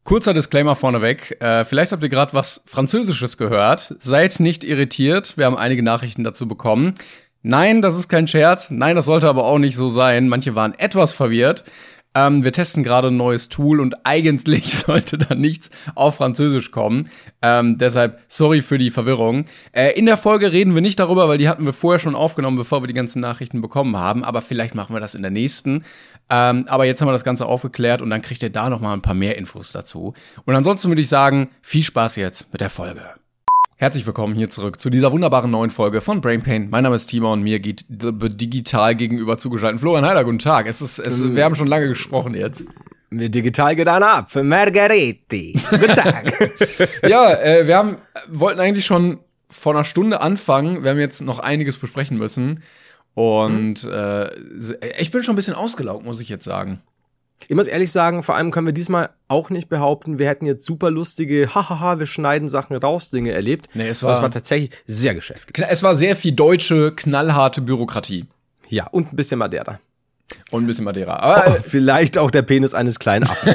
Kurzer Disclaimer vorneweg. Vielleicht habt ihr gerade was Französisches gehört. Seid nicht irritiert. Wir haben einige Nachrichten dazu bekommen. Nein, das ist kein Scherz. Nein, das sollte aber auch nicht so sein. Manche waren etwas verwirrt. Wir testen gerade ein neues Tool und eigentlich sollte da nichts auf Französisch kommen. Deshalb sorry für die Verwirrung. In der Folge reden wir nicht darüber, weil die hatten wir vorher schon aufgenommen, bevor wir die ganzen Nachrichten bekommen haben. Aber vielleicht machen wir das in der nächsten. Aber jetzt haben wir das Ganze aufgeklärt und dann kriegt ihr da noch mal ein paar mehr Infos dazu. Und ansonsten würde ich sagen, viel Spaß jetzt mit der Folge. Herzlich willkommen hier zurück zu dieser wunderbaren neuen Folge von Brain Pain. Mein Name ist Timon und mir geht digital gegenüber zugeschaltet Florian Heider. Guten Tag. Wir haben schon lange gesprochen jetzt. Digital geht dann ab für Margaretti. Guten Tag. Ja, wollten eigentlich schon vor einer Stunde anfangen. Wir haben jetzt noch einiges besprechen müssen. Und ich bin schon ein bisschen ausgelaugt, muss ich jetzt sagen. Ich muss ehrlich sagen, vor allem können wir diesmal auch nicht behaupten, wir hätten jetzt super lustige, wir schneiden Sachen raus, Dinge erlebt. Nee, es war tatsächlich sehr geschäftig. Es war sehr viel deutsche, knallharte Bürokratie. Ja, und ein bisschen Madeira. Aber vielleicht auch der Penis eines kleinen Affen.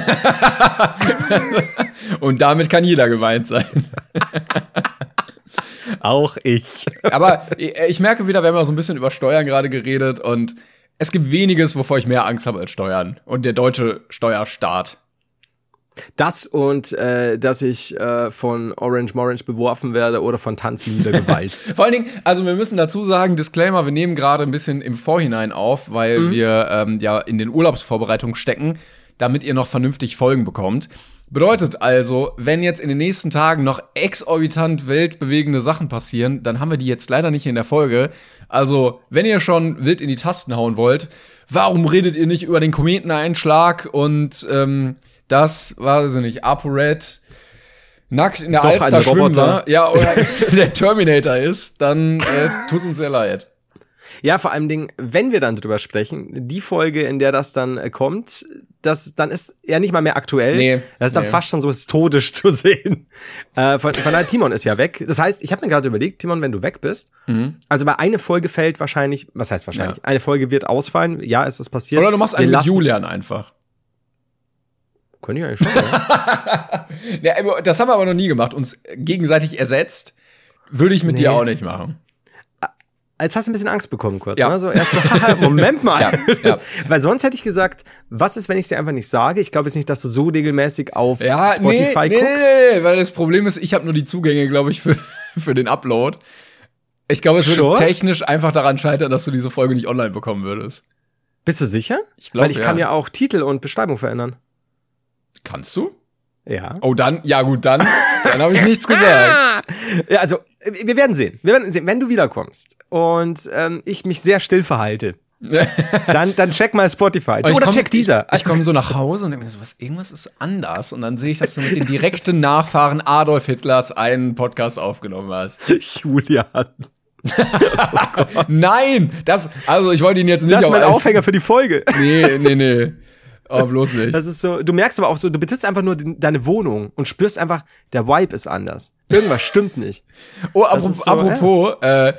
Und damit kann jeder gemeint sein. Auch ich. Aber ich merke wieder, wir haben ja so ein bisschen über Steuern gerade geredet und es gibt weniges, wovor ich mehr Angst habe als Steuern und der deutsche Steuerstaat. Das und dass ich von Orange beworfen werde oder von Tanzen niedergewalzt. Vor allen Dingen, also wir müssen dazu sagen, Disclaimer, wir nehmen gerade ein bisschen im Vorhinein auf, weil wir ja in den Urlaubsvorbereitungen stecken, damit ihr noch vernünftig Folgen bekommt. Bedeutet also, wenn jetzt in den nächsten Tagen noch exorbitant weltbewegende Sachen passieren, dann haben wir die jetzt leider nicht in der Folge. Also, wenn ihr schon wild in die Tasten hauen wollt, warum redet ihr nicht über den Kometeneinschlag und das, weiß ich nicht, ApoRed nackt in der Alster schwimmen war, ja, oder der Terminator ist, dann tut uns sehr leid. Ja, vor allem Dingen, wenn wir dann drüber sprechen, die Folge, in der das dann kommt, dann ist ja nicht mal mehr aktuell. Nee, das ist dann fast schon so historisch zu sehen. Von daher, Timon ist ja weg. Das heißt, ich habe mir gerade überlegt, Timon, wenn du weg bist, also bei eine Folge fällt wahrscheinlich, was heißt wahrscheinlich? Ja. Eine Folge wird ausfallen. Ja, ist das passiert. Oder du machst einen mit Julian einfach. Könnte ich eigentlich schon, ja. Ja, das haben wir aber noch nie gemacht. Uns gegenseitig ersetzt. Würde ich mit dir auch nicht machen. Jetzt hast du ein bisschen Angst bekommen kurz. Ja. Ne? So erst so, Moment mal. Ja. Weil sonst hätte ich gesagt, was ist, wenn ich es dir einfach nicht sage? Ich glaube jetzt nicht, dass du so regelmäßig auf Spotify guckst. Nee, weil das Problem ist, ich habe nur die Zugänge, glaube ich, für den Upload. Ich glaube, es würde technisch einfach daran scheitern, dass du diese Folge nicht online bekommen würdest. Bist du sicher? Ich glaube, weil ich kann ja auch Titel und Beschreibung verändern. Kannst du? Ja. Oh, dann habe ich nichts gesagt. Ja, also, wir werden sehen. Wenn du wiederkommst und ich mich sehr still verhalte, dann check mal Spotify. Oder check dieser. Ich komme so nach Hause und denke mir so, irgendwas ist anders. Und dann sehe ich, dass du mit den direkten Nachfahren Adolf Hitlers einen Podcast aufgenommen hast. Julian. Oh nein! Ich wollte ihn jetzt nicht. Das ist mein Aufhänger für die Folge. Nee. Oh, bloß nicht. Das ist so, du merkst aber auch so, du betrittst einfach nur deine Wohnung und spürst einfach, der Vibe ist anders. Irgendwas stimmt nicht. Oh, apropos,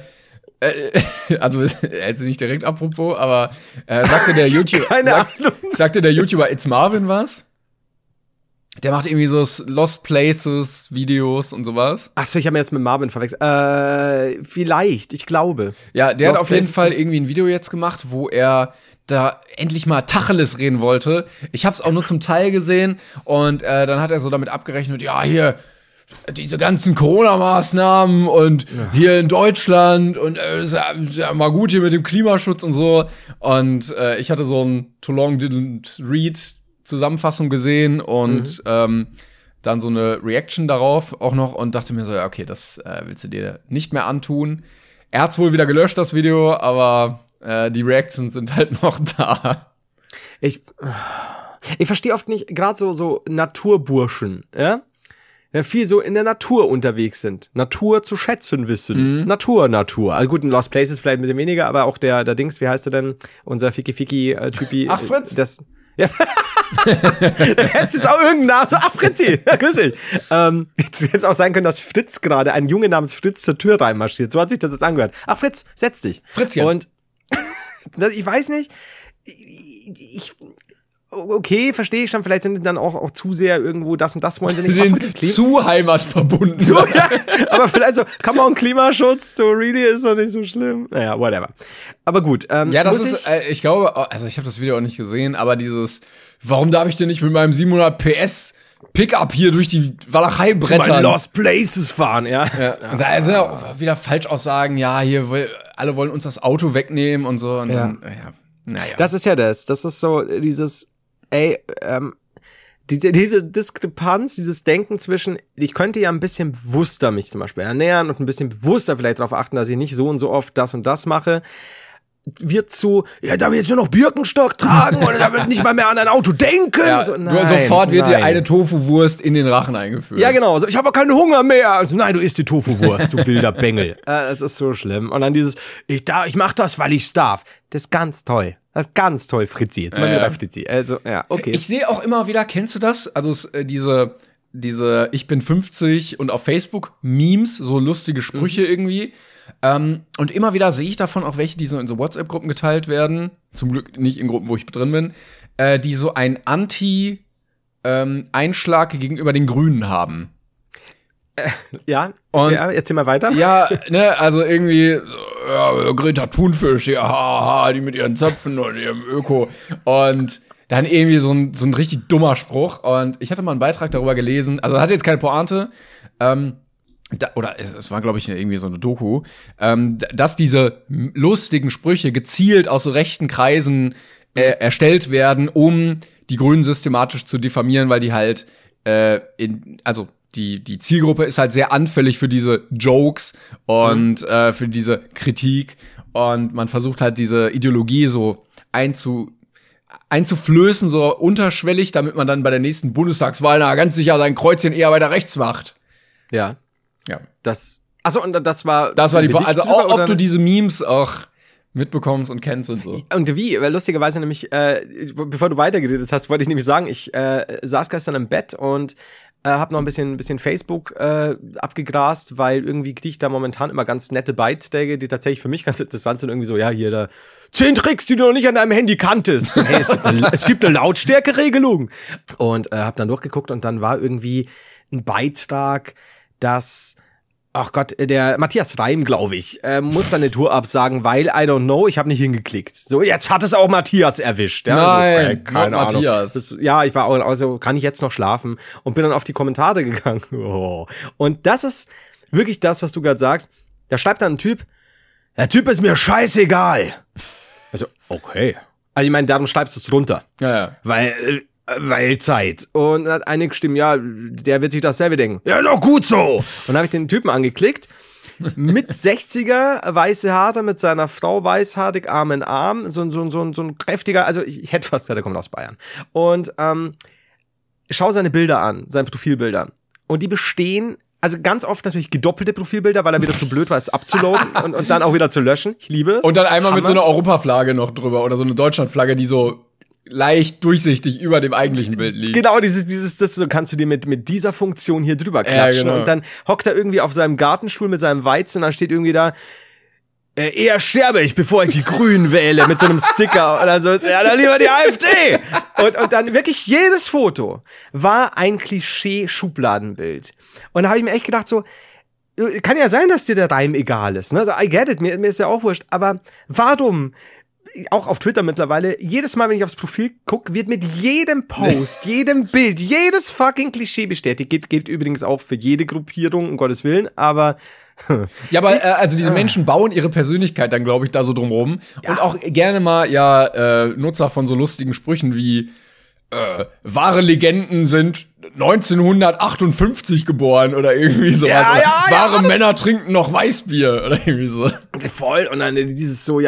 also jetzt nicht direkt apropos, aber sagte der YouTuber It's Marvin was? Der macht irgendwie so Lost Places Videos und sowas. Achso, ich habe mir jetzt mit Marvin verwechselt. Vielleicht, ich glaube. Ja, der hat auf jeden Fall irgendwie ein Video jetzt gemacht, wo er da endlich mal Tacheles reden wollte. Ich hab's auch nur zum Teil gesehen und dann hat er so damit abgerechnet, ja, hier diese ganzen Corona-Maßnahmen und hier in Deutschland und ist ja mal gut hier mit dem Klimaschutz und so. Und ich hatte so ein Too Long Didn't Read Zusammenfassung gesehen und dann so eine Reaction darauf auch noch und dachte mir so, ja, okay, das willst du dir nicht mehr antun. Er hat's wohl wieder gelöscht, das Video, aber die Reactions sind halt noch da. Ich verstehe oft nicht, gerade so Naturburschen, ja, viel so in der Natur unterwegs sind. Natur zu schätzen wissen. Natur. Also gut, in Lost Places vielleicht ein bisschen weniger, aber auch der Dings, wie heißt er denn? Unser Ficky-Typi. Ach, Fritz. Ja. Da hättest jetzt auch irgendeinen Namen. So, Fritzi, ja, grüß dich. Hätte auch sein können, dass Fritz gerade, ein Junge namens Fritz zur Tür reinmarschiert. So hat sich das jetzt angehört. Ach, Fritz, setz dich. Fritzchen. Und ich weiß nicht, okay, verstehe ich schon, vielleicht sind die dann auch zu sehr irgendwo das und das wollen sie nicht. Sie sind zu heimatverbunden. So, ja, aber vielleicht so, come on, Klimaschutz, so really ist doch nicht so schlimm. Naja, whatever. Aber gut. Ja, das ist, ich glaube, also ich habe das Video auch nicht gesehen, aber dieses, warum darf ich denn nicht mit meinem 700 PS Pickup hier durch die Walachei brettern? Lost Places fahren, ja. Und da sind auch wieder Falschaussagen, ja, hier, alle wollen uns das Auto wegnehmen und so. Und dann, naja. Das ist ja das. Das ist so dieses, diese Diskrepanz, dieses Denken zwischen, ich könnte ja ein bisschen bewusster mich zum Beispiel ernähren und ein bisschen bewusster vielleicht darauf achten, dass ich nicht so und so oft das und das mache, wird zu, ja, darf ich jetzt nur noch Birkenstock tragen oder darf ich nicht mal mehr an ein Auto denken? Ja, so, nein, sofort wird dir eine Tofu-Wurst in den Rachen eingeführt. Ja, genau. So, ich habe keinen Hunger mehr. Also, nein, du isst die Tofu-Wurst, du wilder Bengel. Es ist so schlimm. Und dann dieses, ich mach das, weil ich's darf. Das ist ganz toll. Das ist ganz toll, Fritzi. Jetzt mal wieder bei Fritzi. Also, ja, okay. Ich sehe auch immer wieder, kennst du das? Also diese Ich bin 50 und auf Facebook Memes, so lustige Sprüche irgendwie. Und immer wieder sehe ich davon auch welche, die so in so WhatsApp-Gruppen geteilt werden. Zum Glück nicht in Gruppen, wo ich drin bin. Die so ein Einschlag gegenüber den Grünen haben. Ja, und erzähl mal weiter. Ja, ne, also irgendwie Greta Thunfisch, ja, haha, die mit ihren Zöpfen und ihrem Öko. Und dann irgendwie so ein richtig dummer Spruch. Und ich hatte mal einen Beitrag darüber gelesen, also hat jetzt keine Pointe, es war, glaube ich, irgendwie so eine Doku, dass diese lustigen Sprüche gezielt aus so rechten Kreisen erstellt werden, um die Grünen systematisch zu diffamieren, weil die halt die Zielgruppe ist halt sehr anfällig für diese Jokes und für diese Kritik. Und man versucht halt diese Ideologie so einzuflößen, so unterschwellig, damit man dann bei der nächsten Bundestagswahl ganz sicher sein Kreuzchen eher weiter rechts macht. Ja. Ja. Achso, und das war die, also auch, ob du diese Memes auch mitbekommst und kennst und so. Und wie? Weil lustigerweise nämlich, bevor du weitergeredet hast, wollte ich nämlich sagen, ich saß gestern im Bett und hab noch ein bisschen Facebook abgegrast, weil irgendwie kriege ich da momentan immer ganz nette Beiträge, die tatsächlich für mich ganz interessant sind. Irgendwie so, ja, hier da 10 Tricks, die du noch nicht an deinem Handy kanntest. So, hey, es gibt eine Lautstärkeregelung. Und hab dann durchgeguckt und dann war irgendwie ein Beitrag, dass, ach Gott, der Matthias Reim, glaube ich, muss seine Tour absagen, weil, I don't know, ich habe nicht hingeklickt. So, jetzt hat es auch Matthias erwischt. Ja? Nein, also, keine Ahnung. Matthias. Ich war auch, also kann ich jetzt noch schlafen? Und bin dann auf die Kommentare gegangen. Oh. Und das ist wirklich das, was du gerade sagst. Da schreibt dann ein Typ, der Typ ist mir scheißegal. Also, okay. Also ich meine, darum schreibst du es drunter. Ja. Weil Zeit. Und dann hat einige Stimmen, ja, der wird sich dasselbe denken. Ja, doch gut so. Und dann habe ich den Typen angeklickt. Mit 60er, weiße Haare, mit seiner Frau weißhaarig, Arm in Arm. So ein kräftiger, also ich hätte fast gesagt, er kommt aus Bayern. Und schau seine Bilder an, seine Profilbilder. Und die bestehen, also ganz oft natürlich gedoppelte Profilbilder, weil er wieder zu blöd war, es abzuladen und dann auch wieder zu löschen. Ich liebe es. Und dann einmal mit so einer Europaflagge noch drüber oder so eine Deutschlandflagge, die so leicht durchsichtig über dem eigentlichen Bild liegt. Genau, das so kannst du dir mit dieser Funktion hier drüber klatschen. Ja, genau. Und dann hockt er irgendwie auf seinem Gartenstuhl mit seinem Weizen und dann steht irgendwie da, eher sterbe ich, bevor ich die Grünen wähle, mit so einem Sticker. Und dann so, ja, dann lieber die AfD. Und dann wirklich jedes Foto war ein Klischee-Schubladenbild. Und da habe ich mir echt gedacht so, kann ja sein, dass dir der Reim egal ist. Ne? Also, I get it, mir ist ja auch wurscht. Aber warum? Auch auf Twitter mittlerweile, jedes Mal, wenn ich aufs Profil gucke, wird mit jedem Post, jedem Bild, jedes fucking Klischee bestätigt. Gilt übrigens auch für jede Gruppierung, um Gottes Willen, aber ja, aber also diese Menschen bauen ihre Persönlichkeit dann, glaube ich, da so drumrum. Ja. Und auch gerne mal, Nutzer von so lustigen Sprüchen wie wahre Legenden sind 1958 geboren oder irgendwie sowas. Wahre Männer trinken noch Weißbier oder irgendwie so. Voll. Und dann dieses so,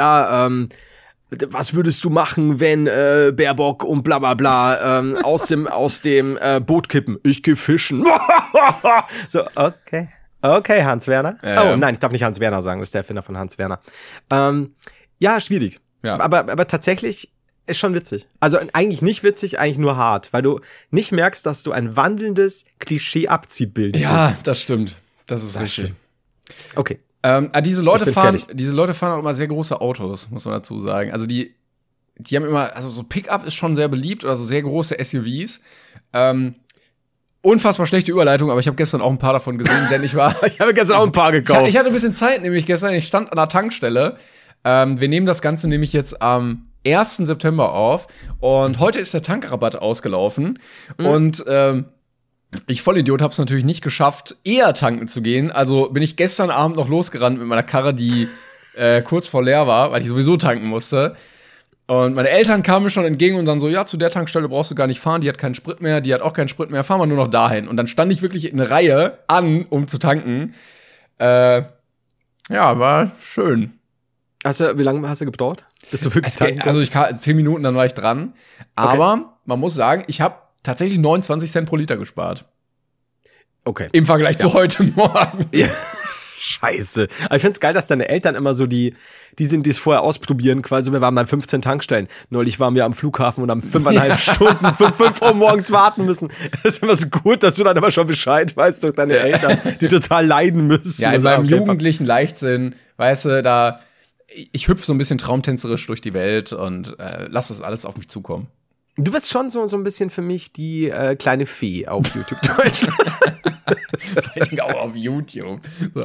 was würdest du machen, wenn Baerbock und bla bla bla aus dem Boot kippen? Ich geh fischen. So, okay. Okay, Hans Werner. Oh nein, ich darf nicht Hans Werner sagen, das ist der Erfinder von Hans Werner. Ja, schwierig. Ja. Aber tatsächlich ist schon witzig. Also eigentlich nicht witzig, eigentlich nur hart, weil du nicht merkst, dass du ein wandelndes Klischee-Abziehbild bist. Ja, das stimmt. Das ist richtig. Okay. Diese Leute fahren auch immer sehr große Autos, muss man dazu sagen. Also die die haben immer, also so Pickup ist schon sehr beliebt, oder so sehr große SUVs. Unfassbar schlechte Überleitung, aber ich habe gestern auch ein paar davon gesehen, denn ich habe gestern auch ein paar gekauft. Ich hatte ein bisschen Zeit, nämlich gestern, ich stand an der Tankstelle. Wir nehmen das Ganze nämlich jetzt am 1. September auf und heute ist der Tankrabatt ausgelaufen und ich Vollidiot hab's natürlich nicht geschafft, eher tanken zu gehen, also bin ich gestern Abend noch losgerannt mit meiner Karre, die kurz vor leer war, weil ich sowieso tanken musste. Und meine Eltern kamen mir schon entgegen und dann so, ja, zu der Tankstelle brauchst du gar nicht fahren, die hat keinen Sprit mehr, die hat auch keinen Sprit mehr, fahren wir nur noch dahin. Und dann stand ich wirklich in Reihe an, um zu tanken. Ja, war schön. Wie lange hast du gebraucht? Bist du wirklich tanken? Also 10 Minuten, dann war ich dran. Aber man muss sagen, ich habe tatsächlich 29 Cent pro Liter gespart. Okay. Im Vergleich zu heute Morgen. Ja. Scheiße. Aber ich find's geil, dass deine Eltern immer so die sind, die es vorher ausprobieren, quasi. Wir waren bei 15 Tankstellen. Neulich waren wir am Flughafen und haben 5,5 Stunden, 5 Uhr morgens warten müssen. Das ist immer so gut, dass du dann immer schon Bescheid weißt durch deine Eltern, die total leiden müssen. Ja, in meinem jugendlichen Leichtsinn, weißt du, ich hüpfe so ein bisschen traumtänzerisch durch die Welt und lass das alles auf mich zukommen. Du bist schon so ein bisschen für mich die kleine Fee auf YouTube Deutschland. Auch auf YouTube.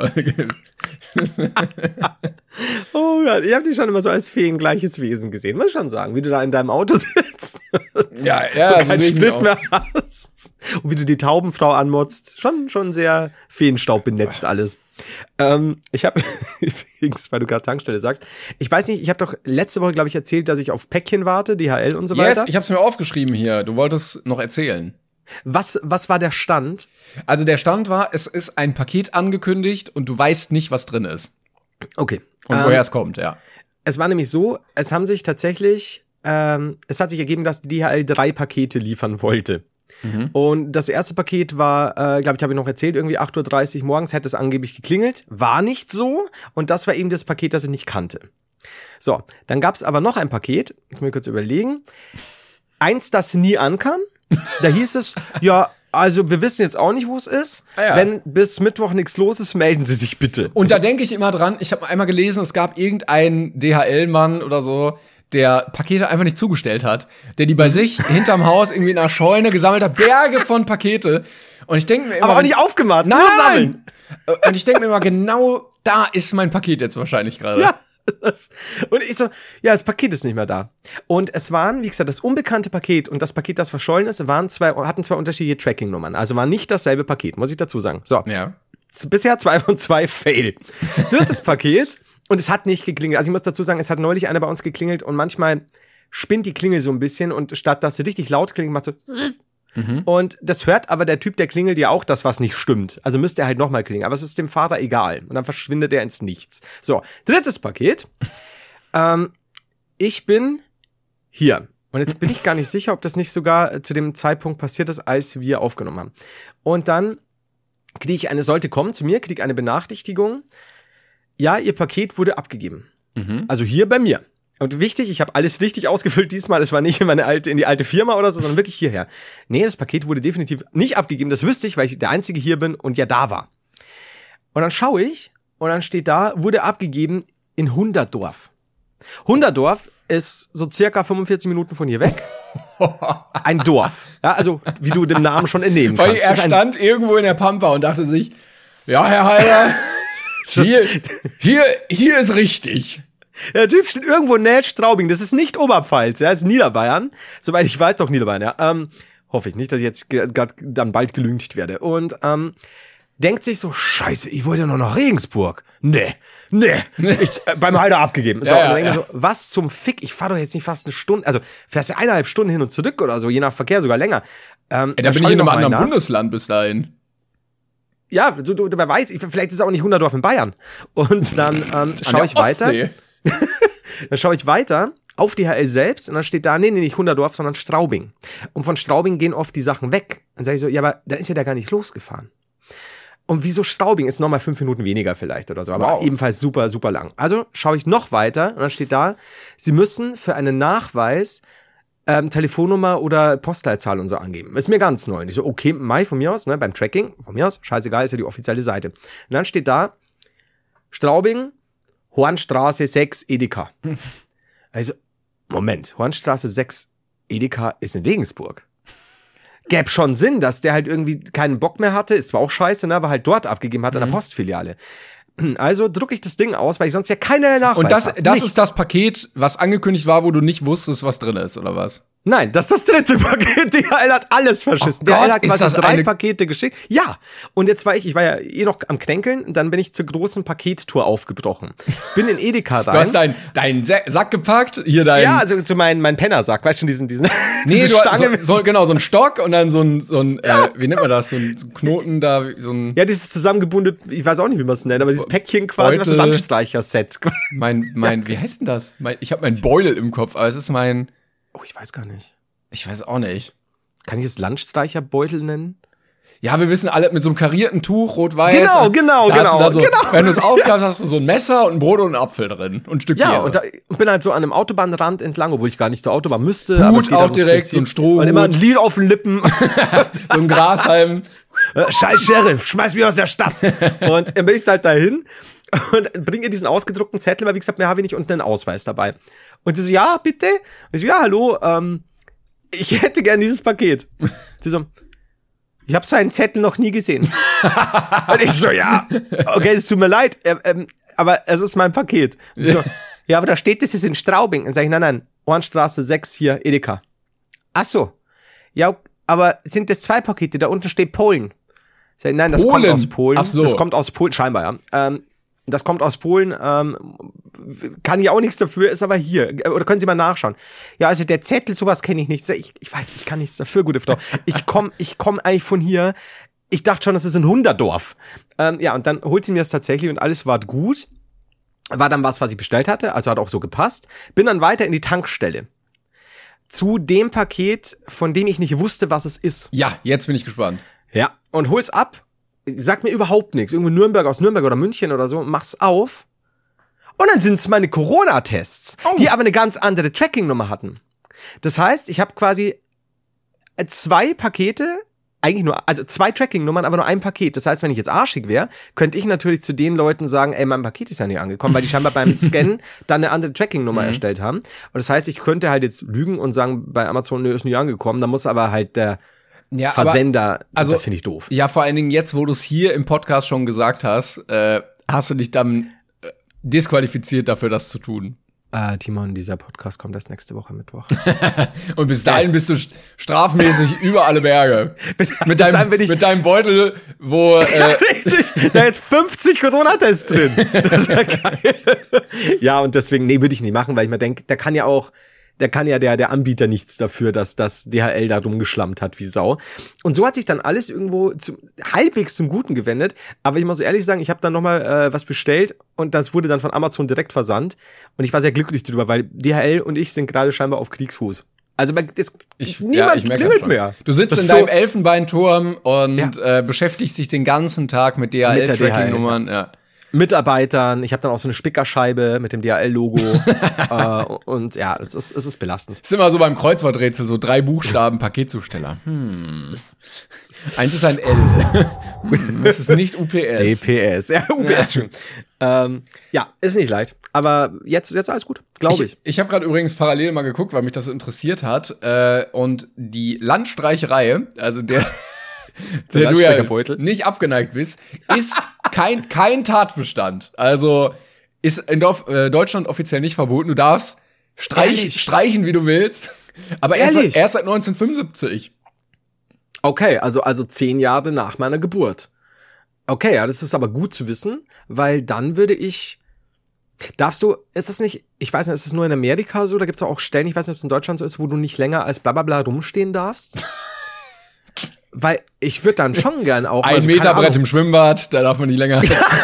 Oh Gott, ich habe dich schon immer so als feengleiches Wesen gesehen, muss ich schon sagen, wie du da in deinem Auto sitzt. Ja, und keinen Sprit mehr hast. Und wie du die Taubenfrau anmotzt. Schon sehr Feenstaub benetzt alles. Ich habe übrigens, weil du gerade Tankstelle sagst, ich weiß nicht, ich habe doch letzte Woche, glaube ich, erzählt, dass ich auf Päckchen warte, DHL und so weiter. Yes, ich habe es mir aufgeschrieben hier. Du wolltest noch erzählen. Was war der Stand? Also der Stand war, es ist ein Paket angekündigt und du weißt nicht, was drin ist. Okay. Und woher es kommt, ja. Es war nämlich so, es hat sich ergeben, dass die DHL 3 Pakete liefern wollte. Und das erste Paket war, glaube ich, habe ich noch erzählt, irgendwie 8:30 Uhr morgens hätte es angeblich geklingelt. War nicht so. Und das war eben das Paket, das ich nicht kannte. So, dann gab es aber noch ein Paket, jetzt muss ich kurz überlegen. Eins, das nie ankam. Da hieß es, ja, also wir wissen jetzt auch nicht, wo es ist. Ja. Wenn bis Mittwoch nichts los ist, melden Sie sich bitte. Und da denke ich immer dran, ich habe einmal gelesen, es gab irgendeinen DHL-Mann oder so, der Pakete einfach nicht zugestellt hat, der die bei sich hinterm Haus irgendwie in einer Scheune gesammelt hat, Berge von Pakete. Und ich denke mir immer, aber auch nicht aufgemacht, nein! nur sammeln. Und ich denke mir immer, genau da ist mein Paket jetzt wahrscheinlich gerade. Ja. Und ich so, ja, das Paket ist nicht mehr da. Und es waren, wie gesagt, das unbekannte Paket und das Paket, das verschollen ist, hatten zwei unterschiedliche Tracking-Nummern. Also war nicht dasselbe Paket, muss ich dazu sagen. So. Ja. Bisher 2 von 2 Fail. Drittes Paket. Und es hat nicht geklingelt. Also ich muss dazu sagen, es hat neulich einer bei uns geklingelt und manchmal spinnt die Klingel so ein bisschen und statt dass sie richtig laut klingelt, macht so und das hört aber der Typ, der klingelt ja auch das, was nicht stimmt. Also müsste er halt nochmal klingeln. Aber es ist dem Vater egal. Und dann verschwindet er ins Nichts. So, drittes Paket. Ich bin hier. Und jetzt bin ich gar nicht sicher, ob das nicht sogar zu dem Zeitpunkt passiert ist, als wir aufgenommen haben. Und dann kriege ich sollte kommen zu mir, kriege eine Benachrichtigung. Ja, Ihr Paket wurde abgegeben. Also hier bei mir. Und wichtig, ich habe alles richtig ausgefüllt diesmal. Es war nicht in die alte Firma oder so, sondern wirklich hierher. Nee, das Paket wurde definitiv nicht abgegeben. Das wüsste ich, weil ich der Einzige hier bin und ja da war. Und dann schaue ich und dann steht da, wurde abgegeben in Hunderdorf. Hunderdorf ist so circa 45 Minuten von hier weg. Ein Dorf. Ja, also, wie du dem Namen schon entnehmen kannst. Weil er stand irgendwo in der Pampa und dachte sich, ja, Herr Heiler, hier ist richtig. Der Typ steht irgendwo in Nähe Straubing. Das ist nicht Oberpfalz, ja, das ist Niederbayern. Soweit ich weiß, doch Niederbayern, ja. Hoffe ich nicht, dass ich jetzt dann bald gelüncht werde. Und denkt sich so, scheiße, ich wollte nur nach Regensburg. Nee. Beim Heiler abgegeben. So, ja, und dann denke ich so, was zum Fick? Ich fahre doch jetzt nicht fast eine Stunde, also fährst du 1,5 Stunden hin und zurück oder so, je nach Verkehr sogar länger. Da bin ich in einem anderen Bundesland bis dahin. Ja, wer weiß, vielleicht ist es auch nicht Hunderdorf in Bayern. Und dann schaue ich weiter. Dann schaue ich weiter auf DHL selbst und dann steht da, nee, nicht Hunderdorf, sondern Straubing. Und von Straubing gehen oft die Sachen weg. Dann sage ich so, ja, aber dann ist ja da gar nicht losgefahren. Und wieso Straubing? Ist nochmal 5 Minuten weniger vielleicht oder so, aber ebenfalls super, super lang. Also schaue ich noch weiter und dann steht da, Sie müssen für einen Nachweis Telefonnummer oder Postleitzahl und so angeben. Ist mir ganz neu. Und ich so, okay, von mir aus, ne, beim Tracking, von mir aus, scheißegal, ist ja die offizielle Seite. Und dann steht da, Straubing, Hornstraße 6, Edeka. Also, Moment, Hornstraße 6 Edeka ist in Regensburg. Gäbe schon Sinn, dass der halt irgendwie keinen Bock mehr hatte, ist zwar auch scheiße, ne, aber halt dort abgegeben hat an der Postfiliale. Also drucke ich das Ding aus, weil ich sonst ja keinerlei Nachweis habe. Und das ist das Paket, was angekündigt war, wo du nicht wusstest, was drin ist, oder was? Nein, das ist das dritte Paket. DHL hat alles verschissen. Oh Gott, DHL hat ist das 3 Pakete geschickt. Ja, und jetzt ich war ja eh noch am Knänkeln, dann bin ich zur großen Pakettour aufgebrochen. Bin in Edeka rein. Du hast deinen Sack gepackt, hier dein... Ja, also zu meinem Pennersack, weißt du, diesen nee, diese du Stange hast genau, so ein Stock und dann so ein wie nennt man das, so ein Knoten da, so ein... Ja, dieses zusammengebundene, ich weiß auch nicht, wie man es nennt, aber dieses Päckchen quasi, Beutel, was ein Landstreicher-Set. Wie heißt denn das? Ich habe meinen Beutel im Kopf, aber es ist mein... Oh, ich weiß gar nicht. Ich weiß auch nicht. Kann ich es Landstreicherbeutel nennen? Ja, wir wissen alle, mit so einem karierten Tuch, rot-weiß. Genau. Wenn du es aufklappst, hast du so ein Messer und ein Brot und einen Apfel drin. Und ein Stück Käse. Ja, und bin halt so an einem Autobahnrand entlang, obwohl ich gar nicht zur Autobahn müsste. Hut aber es geht auch ums direkt, Prinzip. so ein Strohhut. Und immer ein Lied auf den Lippen. So ein Grashalm. Scheiß Sheriff, schmeiß mich aus der Stadt. Und dann bin ich halt dahin und bringe ihr diesen ausgedruckten Zettel, weil wie gesagt, mehr habe ich nicht, und einen Ausweis dabei. Und sie so, ja, bitte? Und ich so, ja, hallo, ich hätte gern dieses Paket. Sie so, ich habe so einen Zettel noch nie gesehen. Und ich so, ja, okay, es tut mir leid, aber es ist mein Paket. Und sie so, ja, aber da steht, das ist in Straubing. Dann sage ich, nein, Ohrenstraße 6 hier, Edeka. Ach so, ja, aber sind das 2 Pakete? Da unten steht Polen. Sag ich, nein, das kommt aus Polen. Ach so. Das kommt aus Polen, scheinbar, ja. Das kommt aus Polen, kann ich auch nichts dafür, ist aber hier. Oder können Sie mal nachschauen. Ja, also der Zettel, sowas kenne ich nicht. Ich weiß, ich kann nichts dafür, gute Frau. Ich komm eigentlich von hier. Ich dachte schon, das ist ein Hunderdorf. Ja, und dann holt sie mir das tatsächlich und alles war gut. War dann was ich bestellt hatte, also hat auch so gepasst. Bin dann weiter in die Tankstelle. Zu dem Paket, von dem ich nicht wusste, was es ist. Ja, jetzt bin ich gespannt. Ja, und hol's ab. Sag mir überhaupt nichts. Irgendwo aus Nürnberg oder München oder so, mach's auf. Und dann sind's meine Corona-Tests, die aber eine ganz andere Tracking-Nummer hatten. Das heißt, ich habe quasi 2 Pakete, eigentlich nur, also 2 Tracking-Nummern, aber nur ein Paket. Das heißt, wenn ich jetzt arschig wäre, könnte ich natürlich zu den Leuten sagen, ey, mein Paket ist ja nicht angekommen, weil die scheinbar beim Scannen dann eine andere Tracking-Nummer erstellt haben. Und das heißt, ich könnte halt jetzt lügen und sagen, bei Amazon, nö, ist nicht angekommen. Da muss aber halt der Versender, aber, also, das finde ich doof. Ja, vor allen Dingen jetzt, wo du es hier im Podcast schon gesagt hast, hast du dich dann disqualifiziert dafür, das zu tun. Timon, dieser Podcast kommt erst nächste Woche Mittwoch. Und bis dahin bist du strafmäßig über alle Berge. mit deinem Beutel, wo... richtig, da jetzt 50 Corona-Tests drin. Das ist ja geil. Ja, und deswegen, würde ich nicht machen, weil ich mir denke, da kann ja der Anbieter nichts dafür, dass das DHL da rumgeschlammt hat wie Sau. Und so hat sich dann alles irgendwo halbwegs zum Guten gewendet. Aber ich muss ehrlich sagen, ich habe dann nochmal was bestellt und das wurde dann von Amazon direkt versandt. Und ich war sehr glücklich darüber, weil DHL und ich sind gerade scheinbar auf Kriegsfuß. Also niemand klingelt mehr. Du sitzt in deinem Elfenbeinturm und beschäftigst dich den ganzen Tag mit DHL-Tracking-Nummern. Ja. Mitarbeitern, ich habe dann auch so eine Spickerscheibe mit dem DHL-Logo und ja, es ist belastend. Ist immer so beim Kreuzworträtsel, so 3 Buchstaben, Paketzusteller. Eins ist ein L. Das ist nicht UPS. DPS, ja, UPS schon. Ja, ist nicht leicht, aber jetzt alles gut, glaube ich. Ich habe gerade übrigens parallel mal geguckt, weil mich das interessiert hat und die Landstreicherei, also der du ja nicht abgeneigt bist, ist kein Tatbestand. Also ist in Deutschland offiziell nicht verboten. Du darfst streichen, wie du willst. Aber erst seit 1975. Okay, also 10 Jahre nach meiner Geburt. Okay, ja, das ist aber gut zu wissen, weil dann würde ich... ist das nicht, ich weiß nicht, ist das nur in Amerika so? Da gibt es auch Stellen, ich weiß nicht, ob es in Deutschland so ist, wo du nicht länger als blablabla rumstehen darfst? Weil ich würde dann schon gern auch... 1 Meter Brett im Schwimmbad, da darf man nicht länger...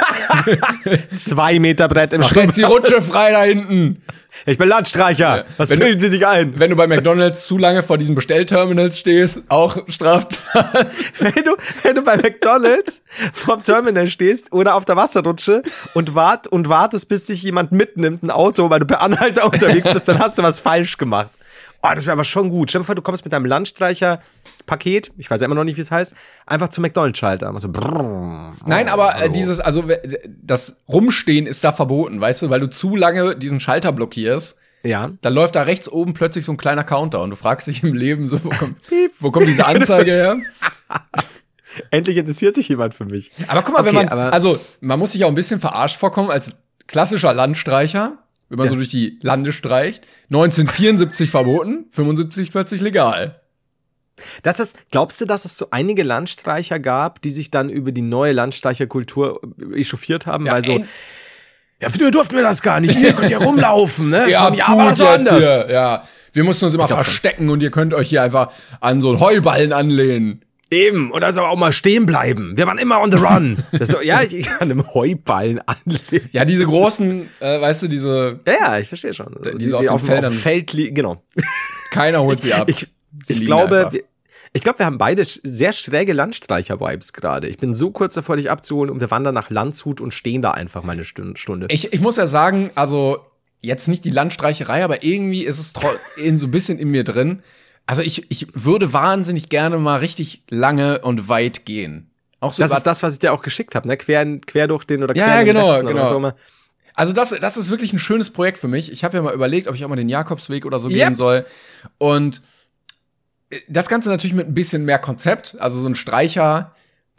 2 Meter Brett im Schwimmbad. Jetzt die Rutsche frei da hinten. Ich bin Landstreicher. Was bilden Sie sich ein? Wenn du bei McDonald's zu lange vor diesen Bestellterminals stehst, auch Straftat. Wenn du bei McDonald's vorm Terminal stehst oder auf der Wasserrutsche und wartest, bis sich jemand mitnimmt, ein Auto, weil du per Anhalter unterwegs bist, dann hast du was falsch gemacht. Oh, das wäre aber schon gut. Stell dir vor, du kommst mit deinem Landstreicher-Paket, ich weiß ja immer noch nicht, wie es heißt, einfach zum McDonald's-Schalter. So, nein, aber das Rumstehen ist da verboten, weißt du, weil du zu lange diesen Schalter blockierst. Ja. Dann läuft da rechts oben plötzlich so ein kleiner Counter und du fragst dich im Leben so, wo kommt diese Anzeige her? Endlich interessiert sich jemand für mich. Aber guck mal, also man muss sich auch ein bisschen verarscht vorkommen als klassischer Landstreicher, wenn man so durch die Lande streicht. 1974 verboten, 75 plötzlich legal. Glaubst du, dass es so einige Landstreicher gab, die sich dann über die neue Landstreicherkultur echauffiert haben? Weil so, ja, früher durften wir das gar nicht, ihr könnt ja rumlaufen, ne? Ja, aber das war anders. Hier. Ja, wir mussten uns immer verstecken und ihr könnt euch hier einfach an so einen Heuballen anlehnen. Eben, und also auch mal stehen bleiben. Wir waren immer on the run. Das so, ja, ich kann einem Heuballen anlehnen. Ja, diese großen, weißt du, diese. Ja, ich verstehe schon. Die auf dem Feld liegen, genau. Keiner holt sie ab. Ich glaube, wir haben beide sehr schräge Landstreicher-Vibes gerade. Ich bin so kurz davor, dich abzuholen, wir wandern nach Landshut und stehen da einfach mal eine Stunde. Ich muss ja sagen, also jetzt nicht die Landstreicherei, aber irgendwie ist es so ein bisschen in mir drin. Also ich würde wahnsinnig gerne mal richtig lange und weit gehen. Auch so das ist das, was ich dir auch geschickt habe, ne? Quer durch den oder quer ja, in den genau, Westen genau. Oder so immer. Also das ist wirklich ein schönes Projekt für mich. Ich habe ja mal überlegt, ob ich auch mal den Jakobsweg oder so gehen soll. Und das Ganze natürlich mit ein bisschen mehr Konzept. Also so ein Streicher,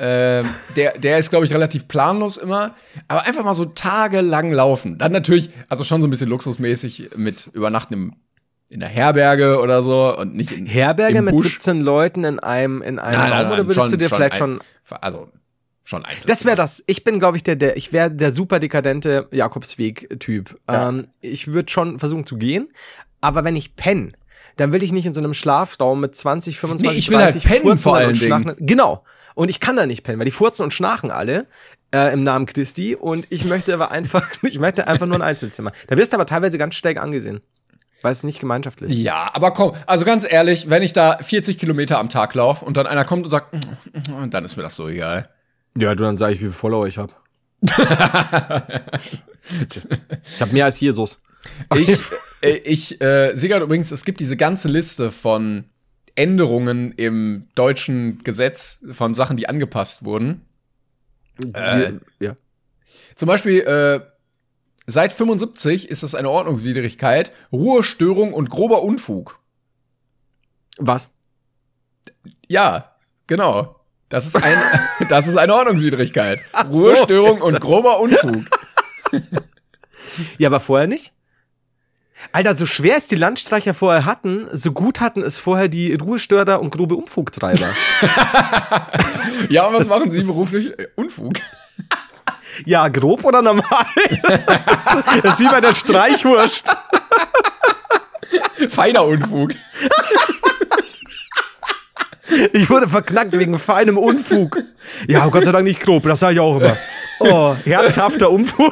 der ist, glaube ich, relativ planlos immer. Aber einfach mal so tagelang laufen. Dann natürlich, also schon so ein bisschen luxusmäßig mit Übernachten in der Herberge oder so und nicht in Herberge im mit Busch. 17 Leuten in einem Raum oder würdest du dir vielleicht schon also schon eins. Das wäre das. Ich bin, glaube ich, ich wäre der super dekadente Jakobsweg-Typ. Ja. Ich würde schon versuchen zu gehen, aber wenn ich penne, dann will ich nicht in so einem Schlafraum mit 20, 25, ich will 30 halt pennen vor allen Dingen. Genau. Und ich kann da nicht pennen, weil die furzen und schnarchen alle im Namen Christi und ich möchte einfach nur ein Einzelzimmer. Da wirst du aber teilweise ganz stark angesehen. Weil es nicht gemeinschaftlich. Ja, aber komm, also ganz ehrlich, wenn ich da 40 Kilometer am Tag laufe und dann einer kommt und sagt, dann ist mir das so egal. Ja, dann sage ich, wie viele Follower ich habe. Bitte. Ich habe mehr als Jesus. Ich sehe gerade übrigens, es gibt diese ganze Liste von Änderungen im deutschen Gesetz von Sachen, die angepasst wurden. Ja. Zum Beispiel, seit 75 ist es eine Ordnungswidrigkeit, Ruhestörung und grober Unfug. Was? Ja, genau. Das ist eine Ordnungswidrigkeit. Ach so, Ruhestörung und grober Unfug. Ja, aber vorher nicht? Alter, so schwer es die Landstreicher vorher hatten, so gut hatten es vorher die Ruhestörer und grobe Unfugtreiber. Ja, und was machen sie beruflich? Unfug. Ja, grob oder normal? Das ist wie bei der Streichwurst. Feiner Unfug. Ich wurde verknackt wegen feinem Unfug. Ja, Gott sei Dank nicht grob, das sage ich auch immer. Oh, herzhafter Unfug.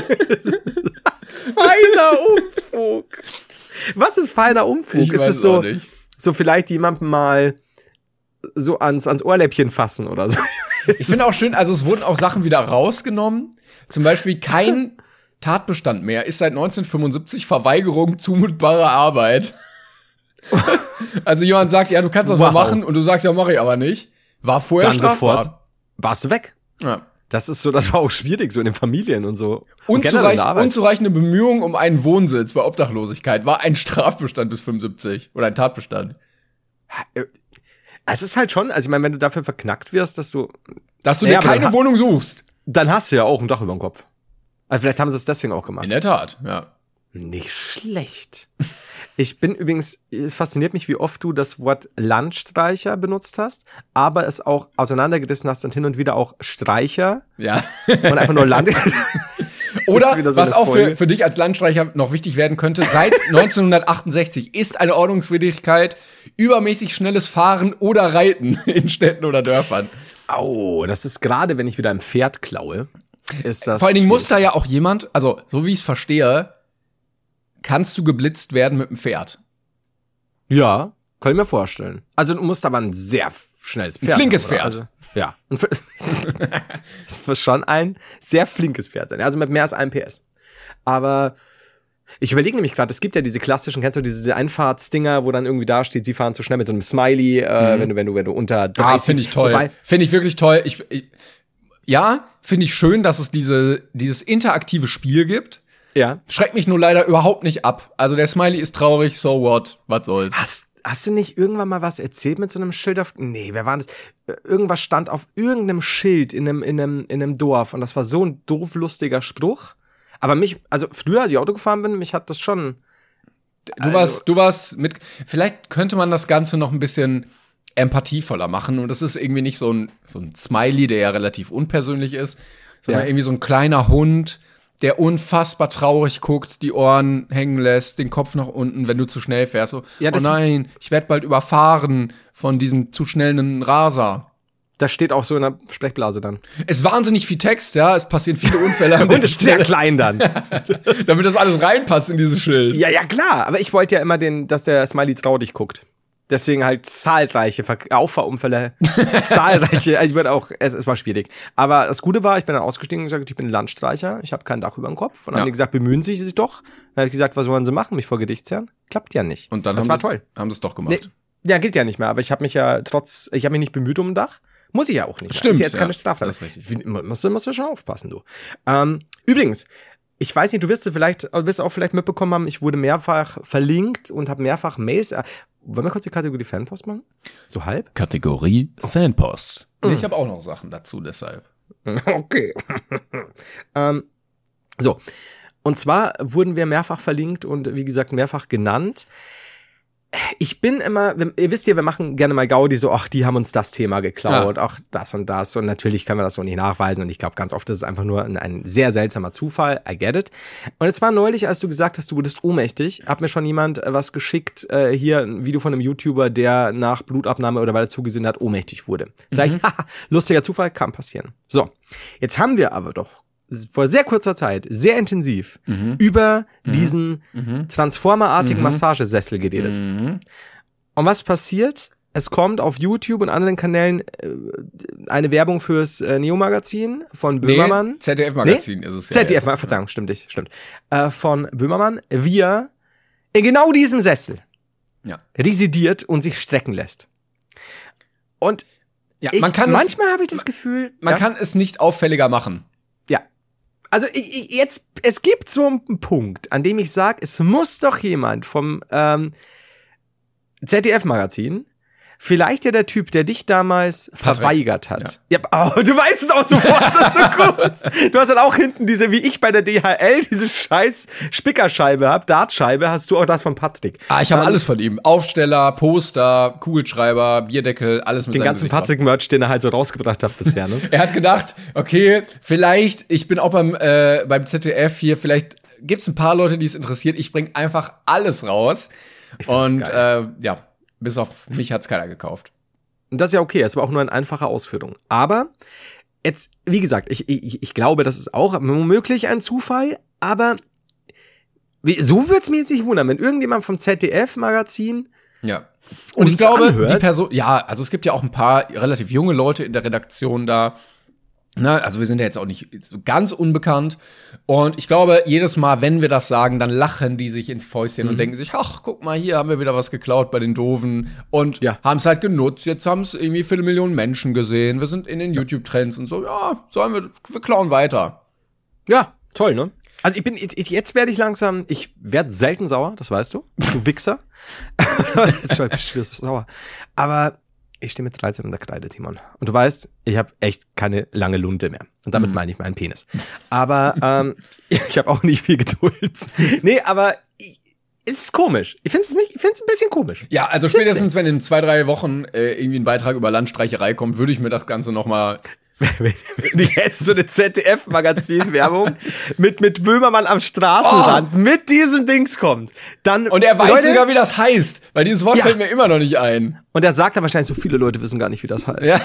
Feiner Unfug. Was ist feiner Unfug? Ich ist weiß es so, auch nicht. so vielleicht jemandem mal so ans Ohrläppchen fassen oder so? Ich finde auch schön, also es wurden auch Sachen wieder rausgenommen. Zum Beispiel kein Tatbestand mehr ist seit 1975 Verweigerung zumutbarer Arbeit. Also jemand sagt, ja, du kannst das mal machen und du sagst, ja, mach ich aber nicht. War vorher dann strafbar. Sofort warst du weg. Ja. Das war auch schwierig, so in den Familien und so. Unzureichende Bemühungen um einen Wohnsitz bei Obdachlosigkeit war ein Strafbestand bis 75 oder ein Tatbestand. Es ist halt schon, also ich meine, wenn du dafür verknackt wirst, dass du dir keine Wohnung suchst. Dann hast du ja auch ein Dach über dem Kopf. Also vielleicht haben sie es deswegen auch gemacht. In der Tat, ja. Nicht schlecht. Ich bin übrigens, es fasziniert mich, wie oft du das Wort Landstreicher benutzt hast, aber es auch auseinandergerissen hast und hin und wieder auch Streicher. Ja. Und einfach nur Land. Oder, so was auch für dich als Landstreicher noch wichtig werden könnte, seit 1968 ist eine Ordnungswidrigkeit übermäßig schnelles Fahren oder Reiten in Städten oder Dörfern. Oh, das ist gerade, wenn ich wieder ein Pferd klaue, ist das. Vor allen Dingen muss da ja auch jemand, also so wie ich es verstehe, kannst du geblitzt werden mit dem Pferd. Ja, kann ich mir vorstellen. Also du musst aber ein sehr schnelles Pferd. Ein flinkes haben, Pferd. Also, ja. Das muss schon ein sehr flinkes Pferd sein. Also mit mehr als 1 PS. Aber ich überlege nämlich gerade, es gibt ja diese klassischen, kennst du diese Einfahrtsdinger, wo dann irgendwie da steht, sie fahren zu schnell mit so einem Smiley, wenn du unter 30. Finde ich toll. Finde ich wirklich toll. Ja, finde ich schön, dass es dieses interaktive Spiel gibt. Ja. Schreckt mich nur leider überhaupt nicht ab. Also der Smiley ist traurig, so what? Was soll's? Hast du nicht irgendwann mal was erzählt mit so einem Schild auf? Nee, wer war das? Irgendwas stand auf irgendeinem Schild in einem Dorf und das war so ein doof lustiger Spruch. Aber also früher, als ich Auto gefahren bin, mich hat das schon. Du warst mit. Vielleicht könnte man das Ganze noch ein bisschen empathievoller machen. Und das ist irgendwie nicht so ein Smiley, der ja relativ unpersönlich ist, sondern irgendwie so ein kleiner Hund, der unfassbar traurig guckt, die Ohren hängen lässt, den Kopf nach unten, wenn du zu schnell fährst. So, oh nein, ich werde bald überfahren von diesem zu schnellen Raser. Das steht auch so in der Sprechblase dann. Es ist wahnsinnig viel Text, ja, es passieren viele Unfälle. Und es ist sehr klein dann. Damit das alles reinpasst in dieses Schild. Ja, klar. Aber ich wollte ja immer dass der Smiley traurig guckt. Deswegen halt zahlreiche Auffahrunfälle, zahlreiche, also ich würde auch, es war schwierig. Aber das Gute war, ich bin dann ausgestiegen und gesagt, ich bin Landstreicher, ich habe kein Dach über dem Kopf. Und dann haben die gesagt, bemühen Sie sich doch. Dann habe ich gesagt, was wollen Sie machen, mich vor Gericht zerren? Klappt ja nicht. Und dann haben sie es doch gemacht. Nee, ja, gilt ja nicht mehr, aber ich habe mich nicht bemüht um ein Dach. Muss ich ja auch nicht. Stimmt. Ist jetzt keine Straftat. Das ist richtig. Musst du schon aufpassen, du. Übrigens, ich weiß nicht, du wirst auch vielleicht mitbekommen haben, ich wurde mehrfach verlinkt und habe mehrfach Mails. Wollen wir kurz die Kategorie Fanpost machen? So halb? Kategorie Fanpost. Nee, ich habe auch noch Sachen dazu, deshalb. Okay. So. Und zwar wurden wir mehrfach verlinkt und wie gesagt mehrfach genannt. Ich bin immer, ihr wisst ja, wir machen gerne mal Gaudi so, ach, die haben uns das Thema geklaut, ach, das und das. Und natürlich können wir das so nicht nachweisen. Und ich glaube, ganz oft ist es einfach nur ein sehr seltsamer Zufall. I get it. Und jetzt war neulich, als du gesagt hast, du wurdest ohnmächtig, hat mir schon jemand was geschickt, hier ein Video von einem YouTuber, der nach Blutabnahme oder weil er zugesehen hat, ohnmächtig wurde. Sag ich, haha, lustiger Zufall, kann passieren. So, jetzt haben wir aber doch vor sehr kurzer Zeit, sehr intensiv über diesen Transformer-artigen Massagesessel geredet. Und was passiert? Es kommt auf YouTube und anderen Kanälen eine Werbung fürs Neo-Magazin von Böhmermann. ZDF-Magazin ist es ja. ZDF, Verzeihung, stimmt. Von Böhmermann, wie er in genau diesem Sessel residiert und sich strecken lässt. Und manchmal habe ich das Gefühl, man kann es nicht auffälliger machen. Ja. Also es gibt so einen Punkt, an dem ich sage, es muss doch jemand vom ZDF-Magazin, vielleicht ja der Typ, der dich damals verweigert hat. Ja. Du weißt es auch sofort, das ist so gut. Du hast dann auch hinten diese, wie ich bei der DHL, diese scheiß Spickerscheibe hab, Dartscheibe, hast du auch das von Patrick. Ich habe alles von ihm. Aufsteller, Poster, Kugelschreiber, Bierdeckel, alles mit den ganzen Patrick-Merch, den er halt so rausgebracht hat bisher, ne? Er hat gedacht, okay, vielleicht, ich bin auch beim ZDF hier, vielleicht gibt's ein paar Leute, die es interessiert. Ich bring einfach alles raus. Und bis auf mich hat's keiner gekauft. Und das ist ja okay, es war auch nur eine einfache Ausführung. Aber jetzt, wie gesagt, ich glaube, das ist auch womöglich ein Zufall, aber so wird's mir jetzt nicht wundern, wenn irgendjemand vom ZDF-Magazin und ich glaube, die Person, also es gibt ja auch ein paar relativ junge Leute in der Redaktion da. Also wir sind ja jetzt auch nicht so ganz unbekannt. Und ich glaube, jedes Mal, wenn wir das sagen, dann lachen die sich ins Fäustchen und denken sich, ach, guck mal, hier haben wir wieder was geklaut bei den Doofen. Und haben es halt genutzt. Jetzt haben es irgendwie viele Millionen Menschen gesehen. Wir sind in den YouTube-Trends und so. Ja, wir klauen weiter. Ja, toll, ne? Also jetzt werde ich langsam, ich werde selten sauer, das weißt du. Du Wichser. Das ist sauer. Aber ich stehe mit 13 in der Kreide, Timon. Und du weißt, ich habe echt keine lange Lunte mehr. Und damit meine ich meinen Penis. Aber ich habe auch nicht viel Geduld. Nee, aber es ist komisch. Ich finde es ein bisschen komisch. Ja, also spätestens, wenn in 2-3 Wochen irgendwie ein Beitrag über Landstreicherei kommt, würde ich mir das Ganze noch mal wenn jetzt so eine ZDF-Magazin-Werbung mit Böhmermann am Straßenrand mit diesem Dings kommt, dann. Und er weiß sogar, wie das heißt, weil dieses Wort fällt mir immer noch nicht ein. Und er sagt dann wahrscheinlich, so viele Leute wissen gar nicht, wie das heißt. Ja.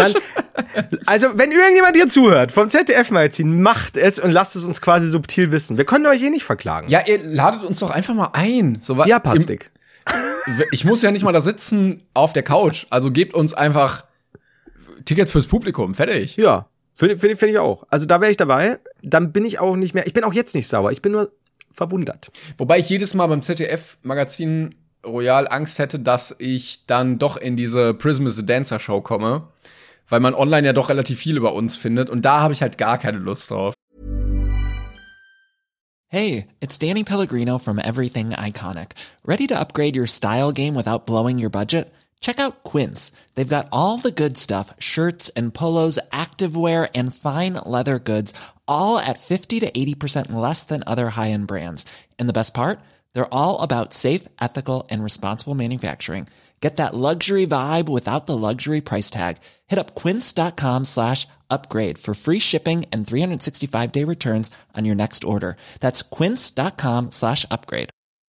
Also, wenn irgendjemand hier zuhört vom ZDF-Magazin, macht es und lasst es uns quasi subtil wissen. Wir können euch nicht verklagen. Ja, ihr ladet uns doch einfach mal ein. Ja, Patrick. Ich muss ja nicht mal da sitzen auf der Couch. Also gebt uns einfach Tickets fürs Publikum, fertig. Ja, finde ich auch. Also da wäre ich dabei. Dann bin ich auch nicht mehr, ich bin auch jetzt nicht sauer, ich bin nur verwundert. Wobei ich jedes Mal beim ZDF-Magazin Royal Angst hätte, dass ich dann doch in diese Prism is a Dancer Show komme, weil man online ja doch relativ viel über uns findet und da habe ich halt gar keine Lust drauf. Hey, it's Danny Pellegrino from Everything Iconic. Ready to upgrade your style game without blowing your budget? Check out Quince. They've got all the good stuff, shirts and polos, activewear, and fine leather goods, all at 50 to 80% less than other high-end brands. And the best part? They're all about safe, ethical, and responsible manufacturing. Get that luxury vibe without the luxury price tag. Hit up quince.com/upgrade for free shipping and 365-day returns on your next order. That's quince.com/upgrade.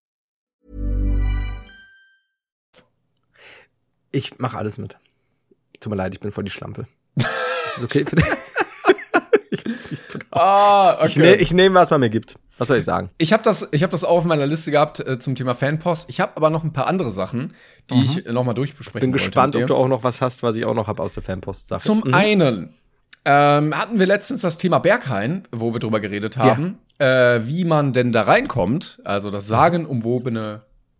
Ich mache alles mit. Tut mir leid, ich bin voll die Schlampe. Ist das okay für dich? Ich nehme, was man mir gibt. Was soll ich sagen? Ich hab das auch auf meiner Liste gehabt zum Thema Fanpost. Ich habe aber noch ein paar andere Sachen, die ich noch mal durchbesprechen Bin gespannt, ob du auch noch was hast, was ich auch noch habe aus der Fanpost-Sache. Zum einen hatten wir letztens das Thema Berghain, wo wir drüber geredet haben, wie man denn da reinkommt. Also das sagenumwobene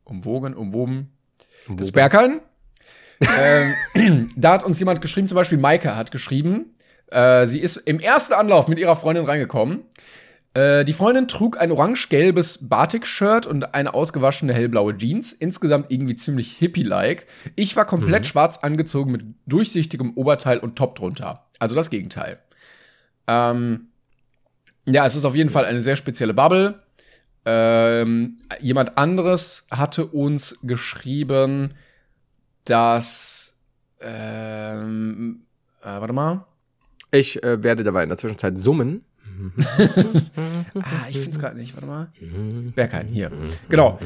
das Berghain. Da hat uns jemand geschrieben, zum Beispiel Maike hat geschrieben, sie ist im ersten Anlauf mit ihrer Freundin reingekommen. Die Freundin trug ein orange-gelbes Batik-Shirt und eine ausgewaschene hellblaue Jeans. Insgesamt irgendwie ziemlich hippie-like. Ich war komplett schwarz angezogen mit durchsichtigem Oberteil und Top drunter. Also das Gegenteil. Ja, es ist auf jeden Fall eine sehr spezielle Bubble. Jemand anderes hatte uns geschrieben, dass warte mal. Ich werde dabei in der Zwischenzeit summen. Ich find's gerade nicht, warte mal. Berghain, hier. Genau.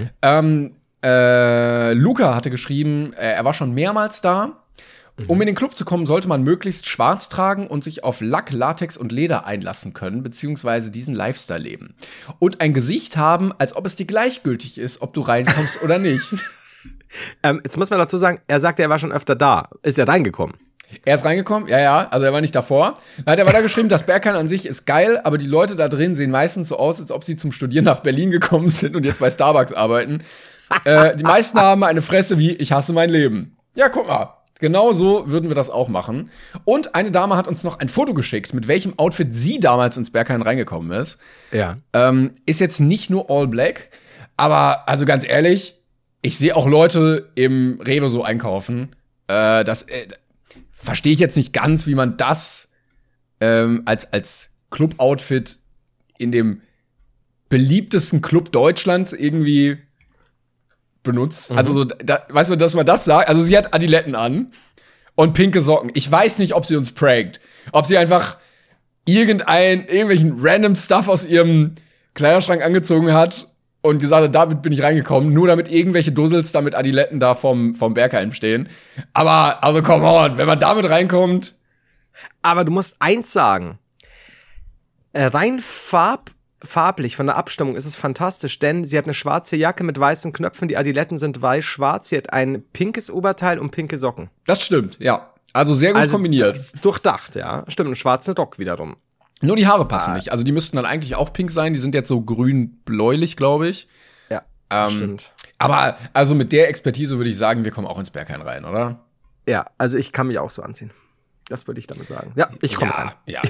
Luca hatte geschrieben, er war schon mehrmals da. Um in den Club zu kommen, sollte man möglichst schwarz tragen und sich auf Lack, Latex und Leder einlassen können, beziehungsweise diesen Lifestyle leben. Und ein Gesicht haben, als ob es dir gleichgültig ist, ob du reinkommst oder nicht. Jetzt muss man dazu sagen, er sagte, er war schon öfter da. Ist er reingekommen? Er ist reingekommen, ja, also er war nicht davor. Dann hat er weiter geschrieben, das Berghain an sich ist geil, aber die Leute da drin sehen meistens so aus, als ob sie zum Studieren nach Berlin gekommen sind und jetzt bei Starbucks arbeiten. Die meisten haben eine Fresse wie, ich hasse mein Leben. Ja, guck mal, genau so würden wir das auch machen. Und eine Dame hat uns noch ein Foto geschickt, mit welchem Outfit sie damals ins Berghain reingekommen ist. Ja. Ist jetzt nicht nur all black, aber also ganz ehrlich, ich sehe auch Leute im Rewe so einkaufen, verstehe ich jetzt nicht ganz, wie man das als Club-Outfit in dem beliebtesten Club Deutschlands irgendwie benutzt. Also so, weißt du, dass man das sagt? Also sie hat Adiletten an und pinke Socken. Ich weiß nicht, ob sie uns prankt. Ob sie einfach irgendwelchen random Stuff aus ihrem Kleiderschrank angezogen hat und gesagt hat, damit bin ich reingekommen, nur damit irgendwelche Dussels da mit Adiletten da vom Berghain stehen. Aber, also come on, wenn man damit reinkommt. Aber du musst eins sagen. Rein farblich von der Abstimmung ist es fantastisch, denn sie hat eine schwarze Jacke mit weißen Knöpfen, die Adiletten sind weiß-schwarz, sie hat ein pinkes Oberteil und pinke Socken. Das stimmt, ja. Also sehr gut kombiniert. Das ist durchdacht, ja. Stimmt, einen schwarzen Rock wiederum. Nur die Haare passen nicht. Also die müssten dann eigentlich auch pink sein. Die sind jetzt so grün-bläulich, glaube ich. Ja, stimmt. Aber also mit der Expertise würde ich sagen, wir kommen auch ins Berghain rein, oder? Ja, also ich kann mich auch so anziehen. Das würde ich damit sagen. Ja, ich komme rein. Ja.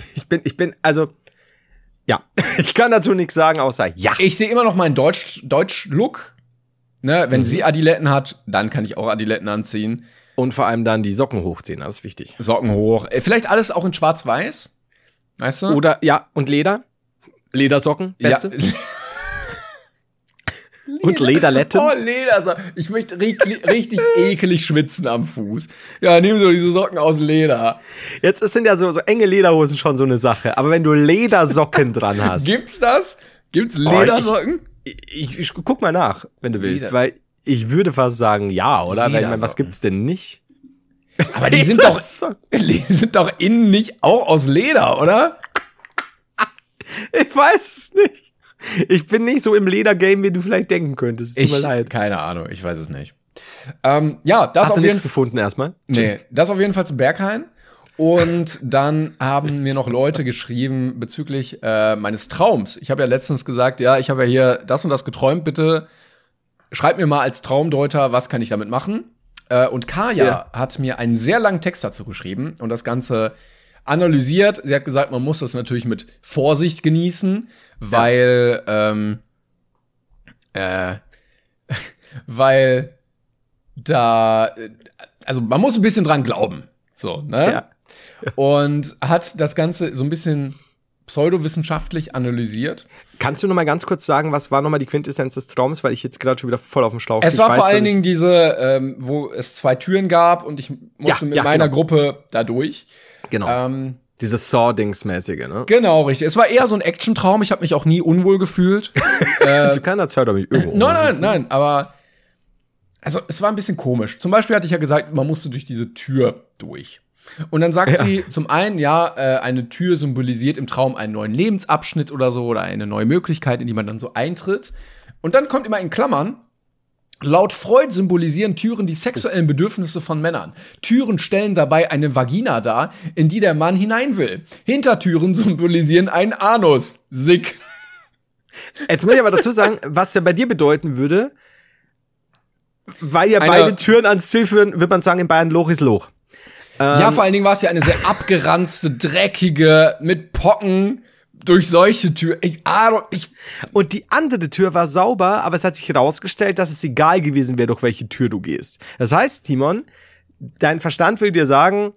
Ich kann dazu nichts sagen, außer ja. Ich sehe immer noch meinen Deutsch-Look. Ne? Wenn sie Adiletten hat, dann kann ich auch Adiletten anziehen. Und vor allem dann die Socken hochziehen, das ist wichtig. Socken hoch. Vielleicht alles auch in schwarz-weiß. Weißt du? Oder, ja, und Leder. Ledersocken, beste. Ja. Und Lederletten. Oh, Ledersocken. Ich möchte richtig ekelig schwitzen am Fuß. Ja, nimm so diese Socken aus Leder. Jetzt sind ja so enge Lederhosen schon so eine Sache. Aber wenn du Ledersocken dran hast. Gibt's das? Gibt's Ledersocken? Ich guck mal nach, wenn du willst. Weil ich würde fast sagen, ja, oder? Weil, ich meine, was gibt's denn nicht? Aber die sind doch innen nicht auch aus Leder, oder? Ich weiß es nicht. Ich bin nicht so im Ledergame, wie du vielleicht denken könntest. Tut mir leid. Keine Ahnung, ich weiß es nicht. Ja, das hast du nichts gefunden erstmal? Nee, das auf jeden Fall zum Berghain. Und dann haben mir noch Leute geschrieben bezüglich meines Traums. Ich habe ja letztens gesagt, ja, ich habe ja hier das und das geträumt, bitte schreib mir mal als Traumdeuter, was kann ich damit machen? Und Kaya hat mir einen sehr langen Text dazu geschrieben und das Ganze analysiert. Sie hat gesagt, man muss das natürlich mit Vorsicht genießen, weil Weil da, also man muss ein bisschen dran glauben. So, ne? Ja. Und hat das Ganze so ein bisschen pseudowissenschaftlich analysiert. Kannst du noch mal ganz kurz sagen, was war noch mal die Quintessenz des Traums, weil ich jetzt gerade schon wieder voll auf dem Schlauch Es stehe. war vor allen Dingen diese, wo es 2 Türen gab und ich musste mit meiner genau. Gruppe da durch. Genau. Dieses Saw-Dings-mäßige, ne? Genau, richtig. Es war eher so ein Action-Traum. Ich habe mich auch nie unwohl gefühlt. Zu keiner Zeit habe ich irgendwo. Nein, aber also es war ein bisschen komisch. Zum Beispiel hatte ich ja gesagt, man musste durch diese Tür durch. Und dann sagt sie zum einen, eine Tür symbolisiert im Traum einen neuen Lebensabschnitt oder so oder eine neue Möglichkeit, in die man dann so eintritt. Und dann kommt immer in Klammern, laut Freud symbolisieren Türen die sexuellen Bedürfnisse von Männern. Türen stellen dabei eine Vagina dar, in die der Mann hinein will. Hintertüren symbolisieren einen Anus. Sick. Jetzt muss ich aber dazu sagen, was ja bei dir bedeuten würde, weil ja beide Türen ans Ziel führen, würde man sagen, in Bayern Loch ist Loch. Ja, vor allen Dingen war es ja eine sehr abgeranzte, dreckige, mit Pocken, durchseuchte Tür. Und die andere Tür war sauber, aber es hat sich herausgestellt, dass es egal gewesen wäre, durch welche Tür du gehst. Das heißt, Timon, dein Verstand will dir sagen,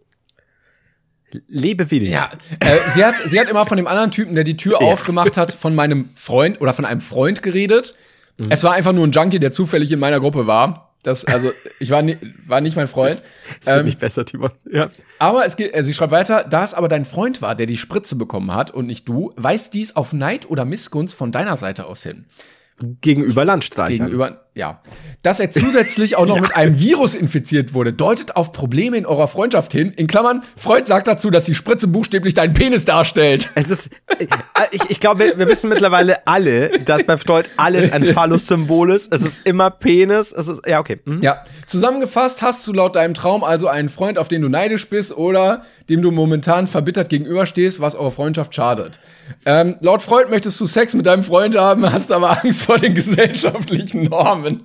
lebe wild. Ja, sie hat immer von dem anderen Typen, der die Tür aufgemacht hat, von meinem Freund oder von einem Freund geredet. Es war einfach nur ein Junkie, der zufällig in meiner Gruppe war. Ich war nicht mein Freund. Das wird nicht besser, Timon. Ja. Aber sie schreibt weiter, da es aber dein Freund war, der die Spritze bekommen hat und nicht du, weist dies auf Neid oder Missgunst von deiner Seite aus hin. Gegenüber Landstreichern. Ja. Dass er zusätzlich auch noch mit einem Virus infiziert wurde, deutet auf Probleme in eurer Freundschaft hin. In Klammern, Freud sagt dazu, dass die Spritze buchstäblich deinen Penis darstellt. Es ist, ich glaube, wir wissen mittlerweile alle, dass bei Freud alles ein Phallus-Symbol ist. Es ist immer Penis. Es ist, ja, okay. Ja. Zusammengefasst hast du laut deinem Traum also einen Freund, auf den du neidisch bist oder dem du momentan verbittert gegenüberstehst, was eurer Freundschaft schadet. Laut Freud möchtest du Sex mit deinem Freund haben, hast aber Angst vor den gesellschaftlichen Normen.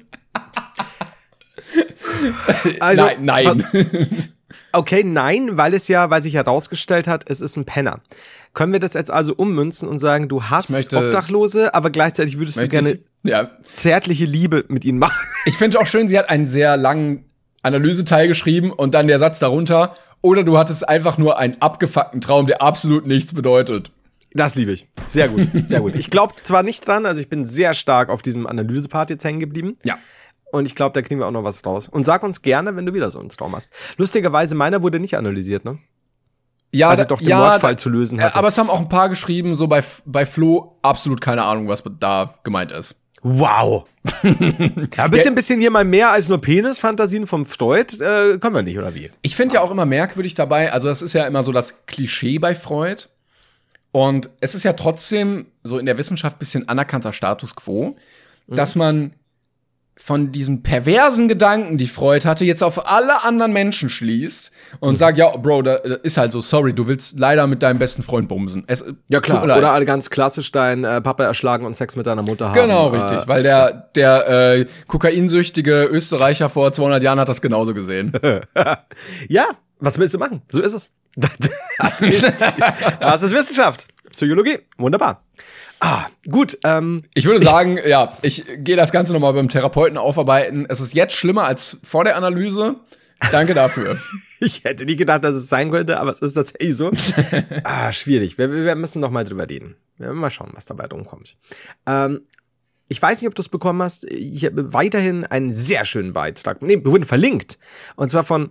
Also, nein. Okay, nein, weil sich herausgestellt hat, es ist ein Penner. Können wir das jetzt also ummünzen und sagen, du hast Obdachlose, aber gleichzeitig würdest du gerne zärtliche Liebe mit ihnen machen? Ich finde auch schön, sie hat einen sehr langen Analyseteil geschrieben und dann der Satz darunter, oder du hattest einfach nur einen abgefuckten Traum, der absolut nichts bedeutet. Das liebe ich. Sehr gut, sehr gut. Ich glaube zwar nicht dran, also ich bin sehr stark auf diesem Analysepart jetzt hängen geblieben. Ja. Und ich glaube, da kriegen wir auch noch was raus. Und sag uns gerne, wenn du wieder so einen Traum hast. Lustigerweise, meiner wurde nicht analysiert, ne? Ja, also doch den Mordfall zu lösen hatte. Aber es haben auch ein paar geschrieben, so bei Flo, absolut keine Ahnung, was da gemeint ist. Wow. Ja, ein bisschen hier mal mehr als nur Penis-Fantasien vom Freud können wir nicht, oder wie? Ich finde ja auch immer merkwürdig dabei, also das ist ja immer so das Klischee bei Freud. Und es ist ja trotzdem so in der Wissenschaft ein bisschen anerkannter Status quo, dass man von diesen perversen Gedanken, die Freud hatte, jetzt auf alle anderen Menschen schließt und sagt, ja, Bro, da ist halt so, sorry, du willst leider mit deinem besten Freund bumsen. Ja, klar. Oder alle ganz klassisch deinen Papa erschlagen und Sex mit deiner Mutter haben. Genau, richtig. Weil der kokainsüchtige Österreicher vor 200 Jahren hat das genauso gesehen. Ja, was willst du machen? So ist es. Das ist Wissenschaft. Psychologie. Wunderbar. Gut. Ich würde sagen, ich gehe das Ganze nochmal beim Therapeuten aufarbeiten. Es ist jetzt schlimmer als vor der Analyse. Danke dafür. Ich hätte nie gedacht, dass es sein könnte, aber es ist tatsächlich so. Schwierig. Wir müssen noch mal drüber reden. Wir werden mal schauen, was dabei rumkommt. Ich weiß nicht, ob du es bekommen hast. Ich habe weiterhin einen sehr schönen Beitrag. Nee, wir wurden verlinkt. Und zwar von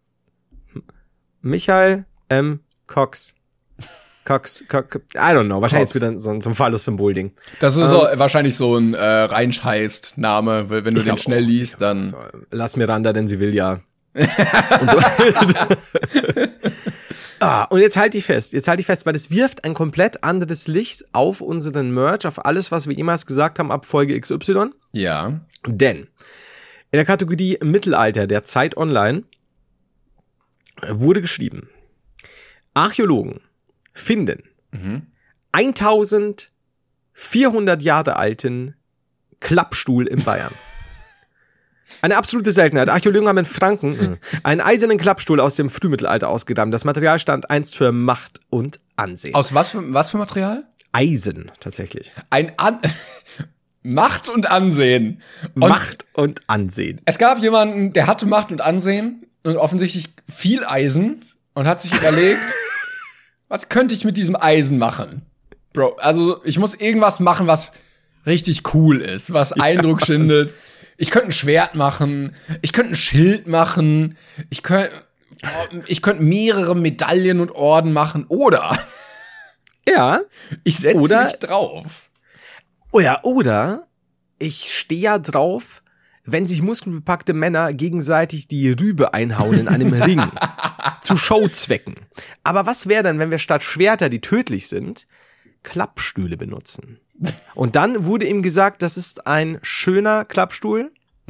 Michael M. Cox, I don't know, wahrscheinlich jetzt wieder so ein Phallus-Symbol-Ding. Das ist wahrscheinlich so ein Reinscheißt-Name, weil wenn du den schnell liest, dann so, lass Miranda, denn sie will ja. Und so. Und jetzt halte ich fest, weil es wirft ein komplett anderes Licht auf unseren Merch, auf alles, was wir jemals gesagt haben ab Folge XY. Ja. Denn in der Kategorie Mittelalter der Zeit Online wurde geschrieben, Archäologen finden 1400 Jahre alten Klappstuhl in Bayern. Eine absolute Seltenheit. Archäologen haben in Franken einen eisernen Klappstuhl aus dem Frühmittelalter ausgegraben. Das Material stand einst für Macht und Ansehen. Aus was für Material? Eisen, tatsächlich. Macht und Ansehen. Und Macht und Ansehen. es gab jemanden, der hatte Macht und Ansehen und offensichtlich viel Eisen und hat sich überlegt, was könnte ich mit diesem Eisen machen? Bro, also ich muss irgendwas machen, was richtig cool ist, was Eindruck schindet. Ich könnte ein Schwert machen, ich könnte ein Schild machen, ich könnte mehrere Medaillen und Orden machen oder Ja. ich setze Oder- mich drauf. Oh ja, oder ich stehe ja drauf, wenn sich muskelbepackte Männer gegenseitig die Rübe einhauen in einem Ring. Zu Showzwecken. Aber was wäre denn, wenn wir statt Schwerter, die tödlich sind, Klappstühle benutzen? Und dann wurde ihm gesagt, das ist ein schöner Klappstuhl.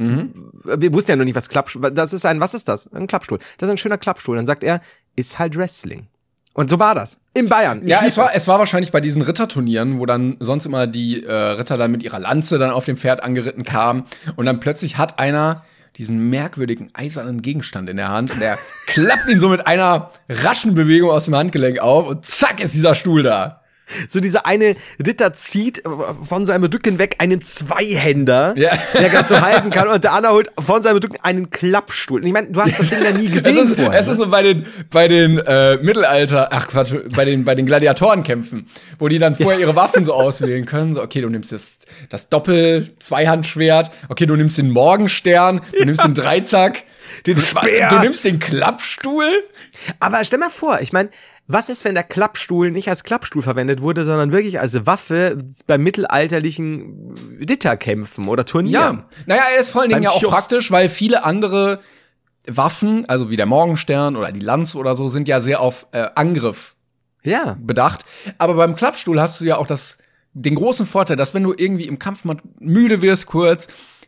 Wir wussten ja noch nicht, was Klappstuhl, was ist das? Ein Klappstuhl. Das ist ein schöner Klappstuhl. Dann sagt er, ist halt Wrestling. Und so war das. In Bayern. Ja, es war wahrscheinlich bei diesen Ritterturnieren, wo dann sonst immer die Ritter dann mit ihrer Lanze dann auf dem Pferd angeritten kamen und dann plötzlich hat einer diesen merkwürdigen eisernen Gegenstand in der Hand und der klappt ihn so mit einer raschen Bewegung aus dem Handgelenk auf und zack ist dieser Stuhl da. So dieser eine Ritter zieht von seinem Rücken weg einen Zweihänder, Ja. der gerade so halten kann, und der andere holt von seinem Rücken einen Klappstuhl. Und ich meine, du hast das Ding ja nie gesehen vorher. Es ist so bei den Mittelalter, bei den Gladiatorenkämpfen, wo die dann vorher ihre Waffen so auswählen können. So, okay, du nimmst das Doppel-Zweihandschwert, okay, du nimmst den Morgenstern, du nimmst den Dreizack, Den Speer. du nimmst den Klappstuhl. Aber stell mal vor, ich meine, was ist, wenn der Klappstuhl nicht als Klappstuhl verwendet wurde, sondern wirklich als Waffe bei mittelalterlichen Ritterkämpfen oder Turnieren? Ja, naja, er ist vor allen Dingen Beim ja auch Kiosk. praktisch, weil viele andere Waffen, also wie der Morgenstern oder die Lanze oder so, sind ja sehr auf Angriff Ja. bedacht. Aber beim Klappstuhl hast du ja auch den großen Vorteil, dass wenn du irgendwie im Kampf mal müde wirst kurz,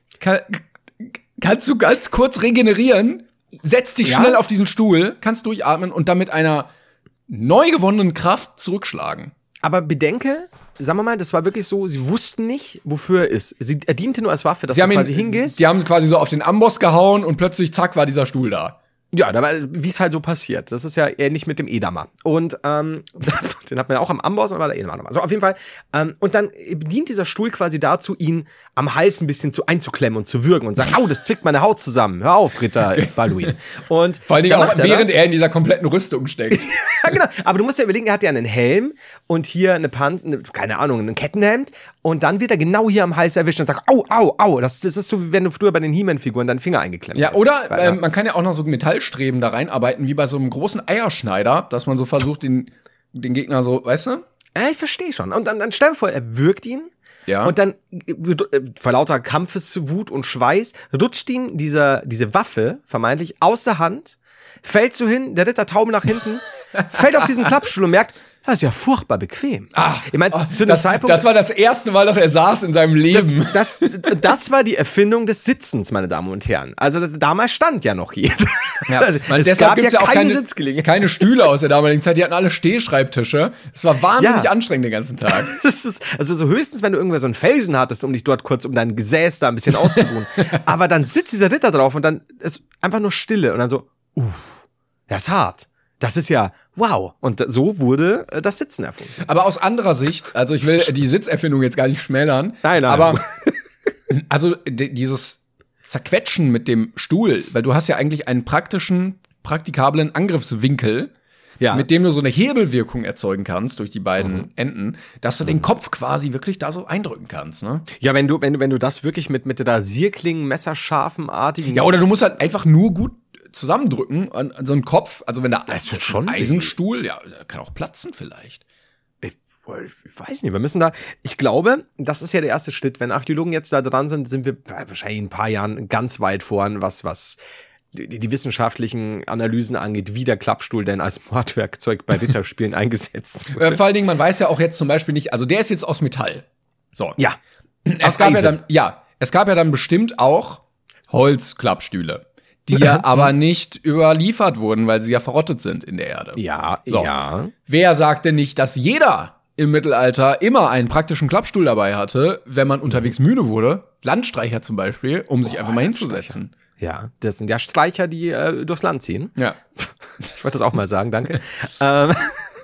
kannst du ganz kurz regenerieren, setzt dich Ja. schnell auf diesen Stuhl, kannst durchatmen und dann mit einer neu gewonnenen Kraft zurückschlagen. Aber bedenke, sagen wir mal, das war wirklich so, sie wussten nicht, wofür er ist. Er diente nur als Waffe, dass du quasi hingehst. Die haben quasi so auf den Amboss gehauen und plötzlich, zack, war dieser Stuhl da. Ja, wie es halt so passiert. Das ist ja ähnlich mit dem Edamer. Und den hat man ja auch am Amboss, und war der Edamer nochmal. So, auf jeden Fall. Und dann dient dieser Stuhl quasi dazu, ihn am Hals ein bisschen einzuklemmen und zu würgen und sagt, au, das zwickt meine Haut zusammen. Hör auf, Ritter Balduin. Und Vor allen Dingen dann auch, macht er während das. er in dieser kompletten Rüstung steckt. Ja, genau. Aber du musst ja überlegen, er hat ja einen Helm und hier keine Ahnung, ein Kettenhemd. Und dann wird er genau hier am Hals erwischt und sagt, au, au, au. Das ist so, wie wenn du früher bei den He-Man-Figuren deinen Finger eingeklemmt Ja, hast. oder man kann ja auch noch so Metallstreben da reinarbeiten, wie bei so einem großen Eierschneider, dass man so versucht, den Gegner so, weißt du? Ja, ich verstehe schon. Und dann stell dir vor, er würgt ihn. Ja. Und dann, vor lauter Kampfeswut und Schweiß, rutscht ihm diese Waffe, vermeintlich, aus der Hand, fällt so hin, der Ritter taub nach hinten, fällt auf diesen Klappstuhl und merkt, das ist ja furchtbar bequem. Ich meine, zu dem Zeitpunkt. Das war das erste Mal, dass er saß in seinem Leben. Das war die Erfindung des Sitzens, meine Damen und Herren. Also damals stand ja noch jeder. Ja, Also, weil es deshalb gab gibt's ja auch keine Sitzgelegenheit. keine Stühle aus der damaligen Zeit. Die hatten alle Stehschreibtische. Es war wahnsinnig Ja. anstrengend den ganzen Tag. Das ist, also so höchstens, wenn du irgendwer so einen Felsen hattest, um dich dort kurz um dein Gesäß da ein bisschen auszuruhen. Aber dann sitzt dieser Ritter drauf und dann ist einfach nur Stille und dann so, das ist hart. Das ist ja, wow. Und so wurde das Sitzen erfunden. Aber aus anderer Sicht, also ich will die Sitzerfindung jetzt gar nicht schmälern. Nein. Aber also dieses Zerquetschen mit dem Stuhl, weil du hast ja eigentlich einen praktikablen Angriffswinkel, Ja. mit dem du so eine Hebelwirkung erzeugen kannst durch die beiden Enden, dass du den Kopf quasi wirklich da so eindrücken kannst, ne? Ja, wenn du das wirklich mit der Rasierklingen, messerscharfenartigen. Ja, oder du musst halt einfach nur gut zusammendrücken an so einen Kopf, also wenn da tut schon weh. Eisenstuhl, ja, der kann auch platzen vielleicht. Ich weiß nicht, wir müssen ich glaube, das ist ja der erste Schritt. Wenn Archäologen jetzt da dran sind, sind wir wahrscheinlich in ein paar Jahren ganz weit voran, was die wissenschaftlichen Analysen angeht, wie der Klappstuhl denn als Mordwerkzeug bei Ritterspielen eingesetzt wird. Vor allen Dingen, man weiß ja auch jetzt zum Beispiel nicht, also der ist jetzt aus Metall. So. Ja. Es gab ja dann bestimmt auch Holzklappstühle, die ja aber nicht überliefert wurden, weil sie ja verrottet sind in der Erde. Ja, So. ja. Wer sagt denn nicht, dass jeder im Mittelalter immer einen praktischen Klappstuhl dabei hatte, wenn man unterwegs müde wurde? Landstreicher zum Beispiel, um sich einfach mal hinzusetzen. Ja, das sind ja Streicher, die durchs Land ziehen. Ja. Ich wollte das auch mal sagen, danke.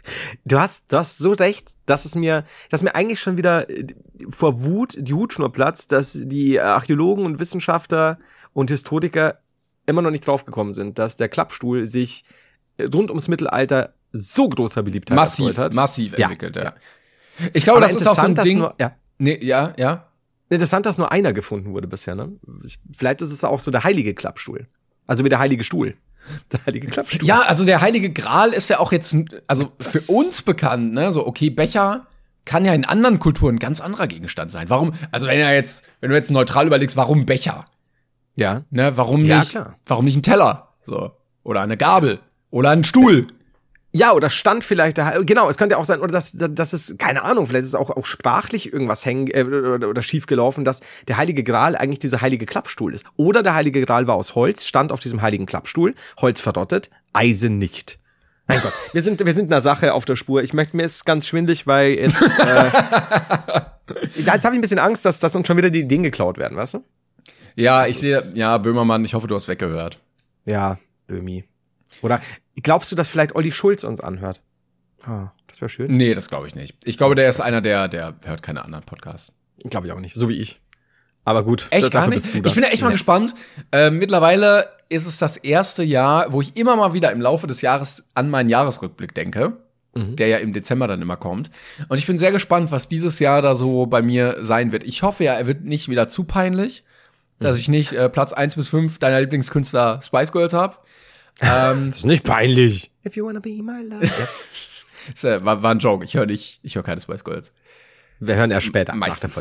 Du hast so recht, dass mir eigentlich schon wieder vor Wut die Hutschnur platzt, dass die Archäologen und Wissenschaftler und Historiker immer noch nicht draufgekommen sind, dass der Klappstuhl sich rund ums Mittelalter so großer Beliebtheit erfreut hat. Massiv entwickelt, ja. Ich glaube, das ist auch so ein Ding. Interessant, dass nur einer gefunden wurde bisher, ne? Vielleicht ist es auch so der heilige Klappstuhl. Also wie der heilige Stuhl. Der heilige Klappstuhl. Ja, also der heilige Gral ist ja auch jetzt, also für uns bekannt, ne? So, okay, Becher kann ja in anderen Kulturen ein ganz anderer Gegenstand sein. Warum, also wenn du jetzt neutral überlegst, warum Becher? Ja. Ne, warum Ja, nicht, klar. warum nicht ein Teller? So. Oder eine Gabel. Oder ein Stuhl. Ja, oder stand vielleicht genau, es könnte auch sein, oder das ist, keine Ahnung, vielleicht ist auch sprachlich irgendwas oder schief gelaufen, dass der heilige Gral eigentlich dieser heilige Klappstuhl ist. Oder der heilige Gral war aus Holz, stand auf diesem heiligen Klappstuhl, Holz verrottet, Eisen nicht. Mein Gott, wir sind einer Sache auf der Spur. Mir ist ganz schwindelig, weil jetzt jetzt habe ich ein bisschen Angst, dass uns schon wieder die Ideen geklaut werden, weißt du? Ja, Böhmermann, ich hoffe, du hast weggehört. Ja, Böhmi. Oder glaubst du, dass vielleicht Olli Schulz uns anhört? Das wäre schön. Nee, das glaube ich nicht. Ich glaube, der ist einer, der hört keine anderen Podcasts. Glaube ich auch nicht, so wie ich. Aber gut. Echt gar nicht? Ich bin ja echt mal gespannt. Mittlerweile ist es das erste Jahr, wo ich immer mal wieder im Laufe des Jahres an meinen Jahresrückblick denke, der ja im Dezember dann immer kommt. Und ich bin sehr gespannt, was dieses Jahr da so bei mir sein wird. Ich hoffe ja, er wird nicht wieder zu peinlich, dass ich nicht Platz 1 bis 5 deiner Lieblingskünstler Spice Girls habe. Das ist nicht peinlich. If you wanna be my love. Das war ein Joke. Ich höre keine Spice Girls. Wir hören erst später. Meistens.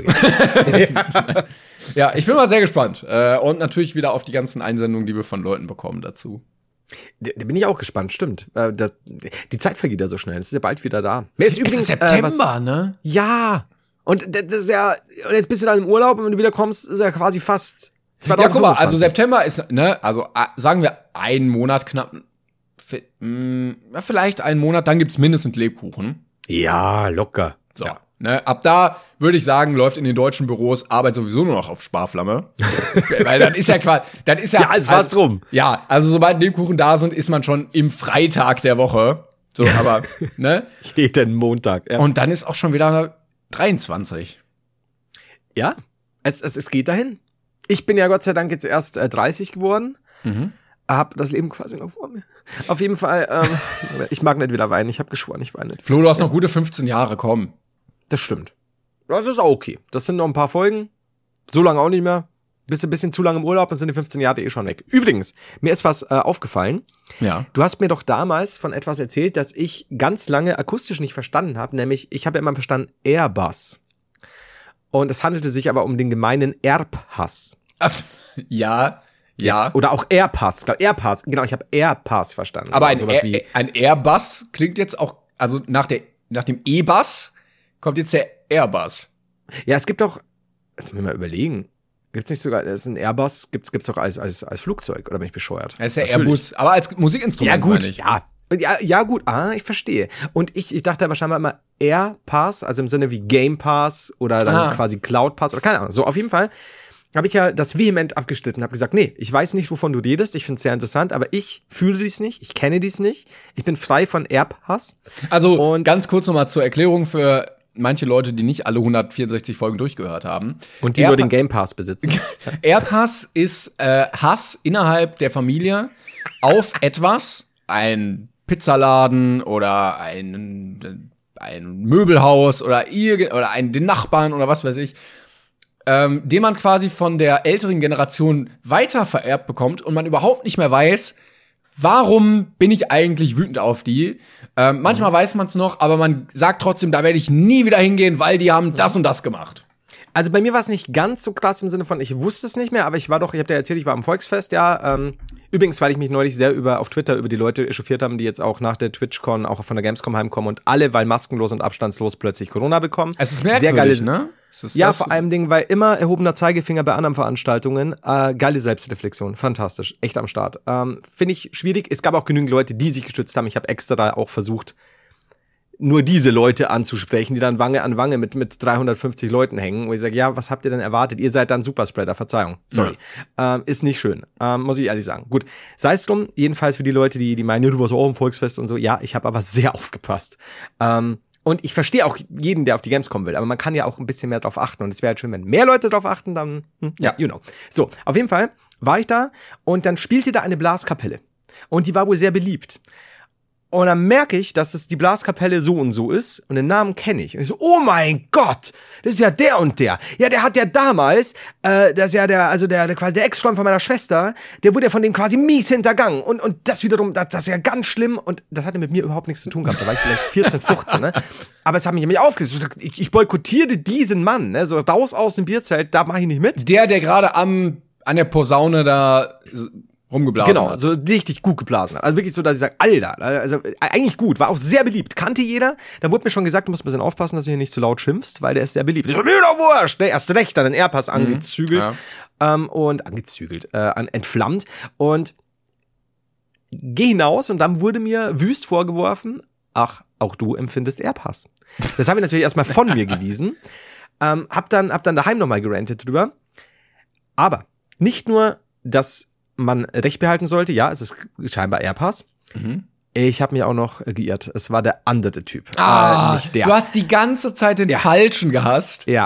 Ja, ich bin mal sehr gespannt. Und natürlich wieder auf die ganzen Einsendungen, die wir von Leuten bekommen dazu. Da bin ich auch gespannt, stimmt. Die Zeit vergeht ja so schnell. Es ist ja bald wieder da. Es ist September, ne? Ja. Und das ist ja, und jetzt bist du dann im Urlaub und wenn du wieder kommst, ist ja quasi fast 2025. Ja, guck mal, also September ist, ne, also sagen wir einen Monat knapp, vielleicht einen Monat, dann gibt's mindestens Lebkuchen. Ja, locker. So, ja. Ne, ab da würde ich sagen, läuft in den deutschen Büros Arbeit sowieso nur noch auf Sparflamme. Weil dann ist ja quasi, alles fast rum. Ja, also sobald Lebkuchen da sind, ist man schon im Freitag der Woche. So, aber, ne? Jeden Montag, ja. Und dann ist auch schon wieder 23. Ja, es geht dahin. Ich bin ja Gott sei Dank jetzt erst 30 geworden. Hab das Leben quasi noch vor mir. Auf jeden Fall, ich mag nicht wieder weinen. Ich habe geschworen, ich weine nicht. Flo, du hast noch gute 15 Jahre, komm. Das stimmt. Das ist auch okay. Das sind noch ein paar Folgen. So lange auch nicht mehr. Bist du ein bisschen zu lange im Urlaub, dann sind die 15 Jahre schon weg. Übrigens, mir ist was aufgefallen. Ja. Du hast mir doch damals von etwas erzählt, das ich ganz lange akustisch nicht verstanden habe. Nämlich, ich habe ja immer verstanden Airbus. Und es handelte sich aber um den gemeinen Erbhass. Ach, ja. Oder auch Airpass. Airpass, genau, ich habe Airpass verstanden. Aber ein Airbus klingt jetzt auch, also nach dem E-Bus kommt jetzt der Airbus. Ja, es gibt doch, jetzt müssen wir mal überlegen, gibt's nicht sogar, das ist ein Airbus, gibt's doch als Flugzeug, oder bin ich bescheuert? Das ist der Airbus, aber als Musikinstrument. Ja gut, ja gut, ich verstehe. Und ich dachte aber scheinbar immer Airpass, also im Sinne wie Game Pass oder dann quasi Cloud Pass oder keine Ahnung. So, auf jeden Fall habe ich ja das vehement abgeschnitten, habe gesagt, nee, ich weiß nicht, wovon du redest, ich finde es sehr interessant, aber ich fühle dies nicht, ich kenne dies nicht, ich bin frei von Erbhass. Also, und ganz kurz nochmal zur Erklärung für manche Leute, die nicht alle 164 Folgen durchgehört haben. Und die nur den Game Pass besitzen. Airpass ist Hass innerhalb der Familie auf etwas, ein Pizzaladen oder ein Möbelhaus oder den Nachbarn oder was weiß ich, den man quasi von der älteren Generation weiter vererbt bekommt und man überhaupt nicht mehr weiß, warum bin ich eigentlich wütend auf die. Manchmal weiß man es noch, aber man sagt trotzdem, da werde ich nie wieder hingehen, weil die haben das und das gemacht. Also bei mir war es nicht ganz so krass im Sinne von, ich wusste es nicht mehr, aber ich habe dir erzählt, ich war am Volksfest, ja. Übrigens, weil ich mich neulich sehr auf Twitter über die Leute echauffiert haben, die jetzt auch nach der TwitchCon, auch von der Gamescom heimkommen und alle, weil maskenlos und abstandslos plötzlich Corona bekommen. Es ist merkwürdig, ne? Ja, vor allem Ding, weil immer erhobener Zeigefinger bei anderen Veranstaltungen. Geile Selbstreflexion, fantastisch, echt am Start. Finde ich schwierig. Es gab auch genügend Leute, die sich gestützt haben. Ich habe extra auch versucht, nur diese Leute anzusprechen, die dann Wange an Wange mit 350 Leuten hängen, wo ich sage, ja, was habt ihr denn erwartet? Ihr seid dann Superspreader, Verzeihung. Sorry. Ja. Ist nicht schön, muss ich ehrlich sagen. Gut, sei es drum, jedenfalls für die Leute, die meinen, du warst auch im Volksfest und so, ja, ich habe aber sehr aufgepasst. Und ich verstehe auch jeden, der auf die Gamescom will, aber man kann ja auch ein bisschen mehr drauf achten und es wäre halt schön, wenn mehr Leute drauf achten, dann, ja, you know. So, auf jeden Fall war ich da und dann spielte da eine Blaskapelle und die war wohl sehr beliebt. Und dann merke ich, dass es die Blaskapelle so und so ist und den Namen kenne ich. Und ich so, oh mein Gott, das ist ja der und der. Ja, der hat ja damals, das ist ja quasi der Ex-Freund von meiner Schwester, der wurde ja von dem quasi mies hintergangen. Und das wiederum, das ist ja ganz schlimm. Und das hatte mit mir überhaupt nichts zu tun gehabt. Da war ich vielleicht 14, 15, ne? Aber es hat mich aufgeregt. Ich boykottierte diesen Mann, ne? So raus aus dem Bierzelt, da mache ich nicht mit. Der gerade an der Posaune da rumgeblasen hat. Genau, so richtig gut geblasen hat. Also wirklich so, dass ich sage, Alter, also eigentlich gut, war auch sehr beliebt, kannte jeder. Da wurde mir schon gesagt, du musst ein bisschen aufpassen, dass du hier nicht zu laut schimpfst, weil der ist sehr beliebt. Ich so, mir doch wurscht, ne? Erst recht, dann den Airpass angezügelt entflammt und geh hinaus und dann wurde mir wüst vorgeworfen, ach, auch du empfindest Airpass. Das habe ich natürlich erstmal von mir gewiesen, hab dann daheim nochmal gerantet drüber, aber nicht nur, dass man Recht behalten sollte. Ja, es ist scheinbar Airpass. Ich habe mich auch noch geirrt. Es war der andere Typ. Nicht der. Du hast die ganze Zeit den Falschen gehasst. Ja.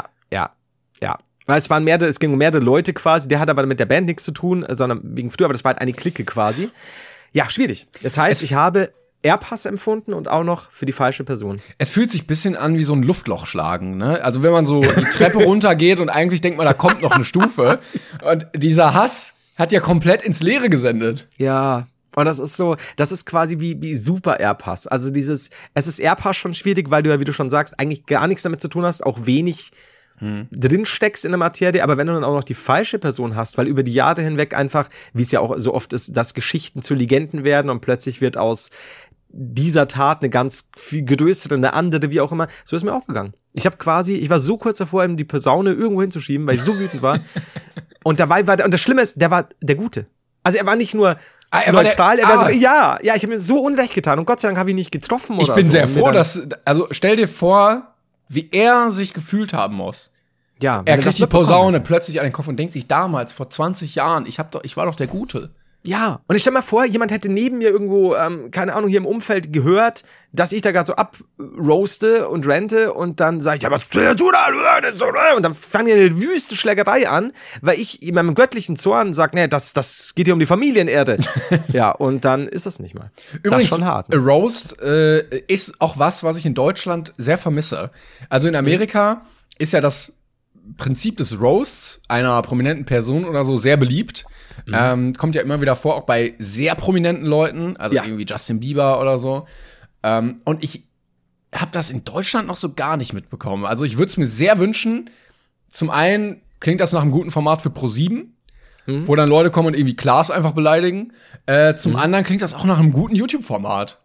Weil es ging um mehrere Leute quasi. Der hat aber mit der Band nichts zu tun, sondern wegen früher, aber das war halt eine Clique quasi. Ja, schwierig. Das heißt, ich habe Airpass empfunden und auch noch für die falsche Person. Es fühlt sich ein bisschen an wie so ein Luftloch schlagen, ne? Also wenn man so die Treppe runtergeht und eigentlich denkt man, da kommt noch eine Stufe. Und dieser Hass hat ja komplett ins Leere gesendet. Ja, und das ist quasi wie Super Airpass. Also es ist Airpass schon schwierig, weil du ja, wie du schon sagst, eigentlich gar nichts damit zu tun hast, auch wenig drin steckst in der Materie, aber wenn du dann auch noch die falsche Person hast, weil über die Jahre hinweg einfach, wie es ja auch so oft ist, dass Geschichten zu Legenden werden und plötzlich wird aus dieser Tat eine ganz viel größere, eine andere, wie auch immer. So ist mir auch gegangen. Ich war so kurz davor, ihm die Posaune irgendwo hinzuschieben, weil ich so wütend war. Und dabei und das Schlimme ist, der war der Gute. Also er war nicht nur neutral, er war so, ich habe mir so unrecht getan und Gott sei Dank habe ich ihn nicht getroffen oder so. Ich bin sehr froh, also stell dir vor, wie er sich gefühlt haben muss. Ja, er kriegt die Posaune plötzlich an den Kopf und denkt sich damals, vor 20 Jahren, ich war doch der Gute. Ja, und ich stell mal vor, jemand hätte neben mir irgendwo, keine Ahnung, hier im Umfeld gehört, dass ich da gerade so abroaste und rente und dann sag ich, ja, was tust du da? Und dann fangen wir eine wüste Schlägerei an, weil ich in meinem göttlichen Zorn sag, nee, das geht hier um die Familienerde. Ja, und dann ist das nicht mal. Übrigens, das ist schon hart. Ne? Roast ist auch was ich in Deutschland sehr vermisse. Also in Amerika ist ja das Prinzip des Roasts einer prominenten Person oder so sehr beliebt. Kommt ja immer wieder vor, auch bei sehr prominenten Leuten, also irgendwie Justin Bieber oder so. Und ich habe das in Deutschland noch so gar nicht mitbekommen. Also ich würde es mir sehr wünschen. Zum einen klingt das nach einem guten Format für Pro7, wo dann Leute kommen und irgendwie Klaas einfach beleidigen. Zum anderen klingt das auch nach einem guten YouTube-Format.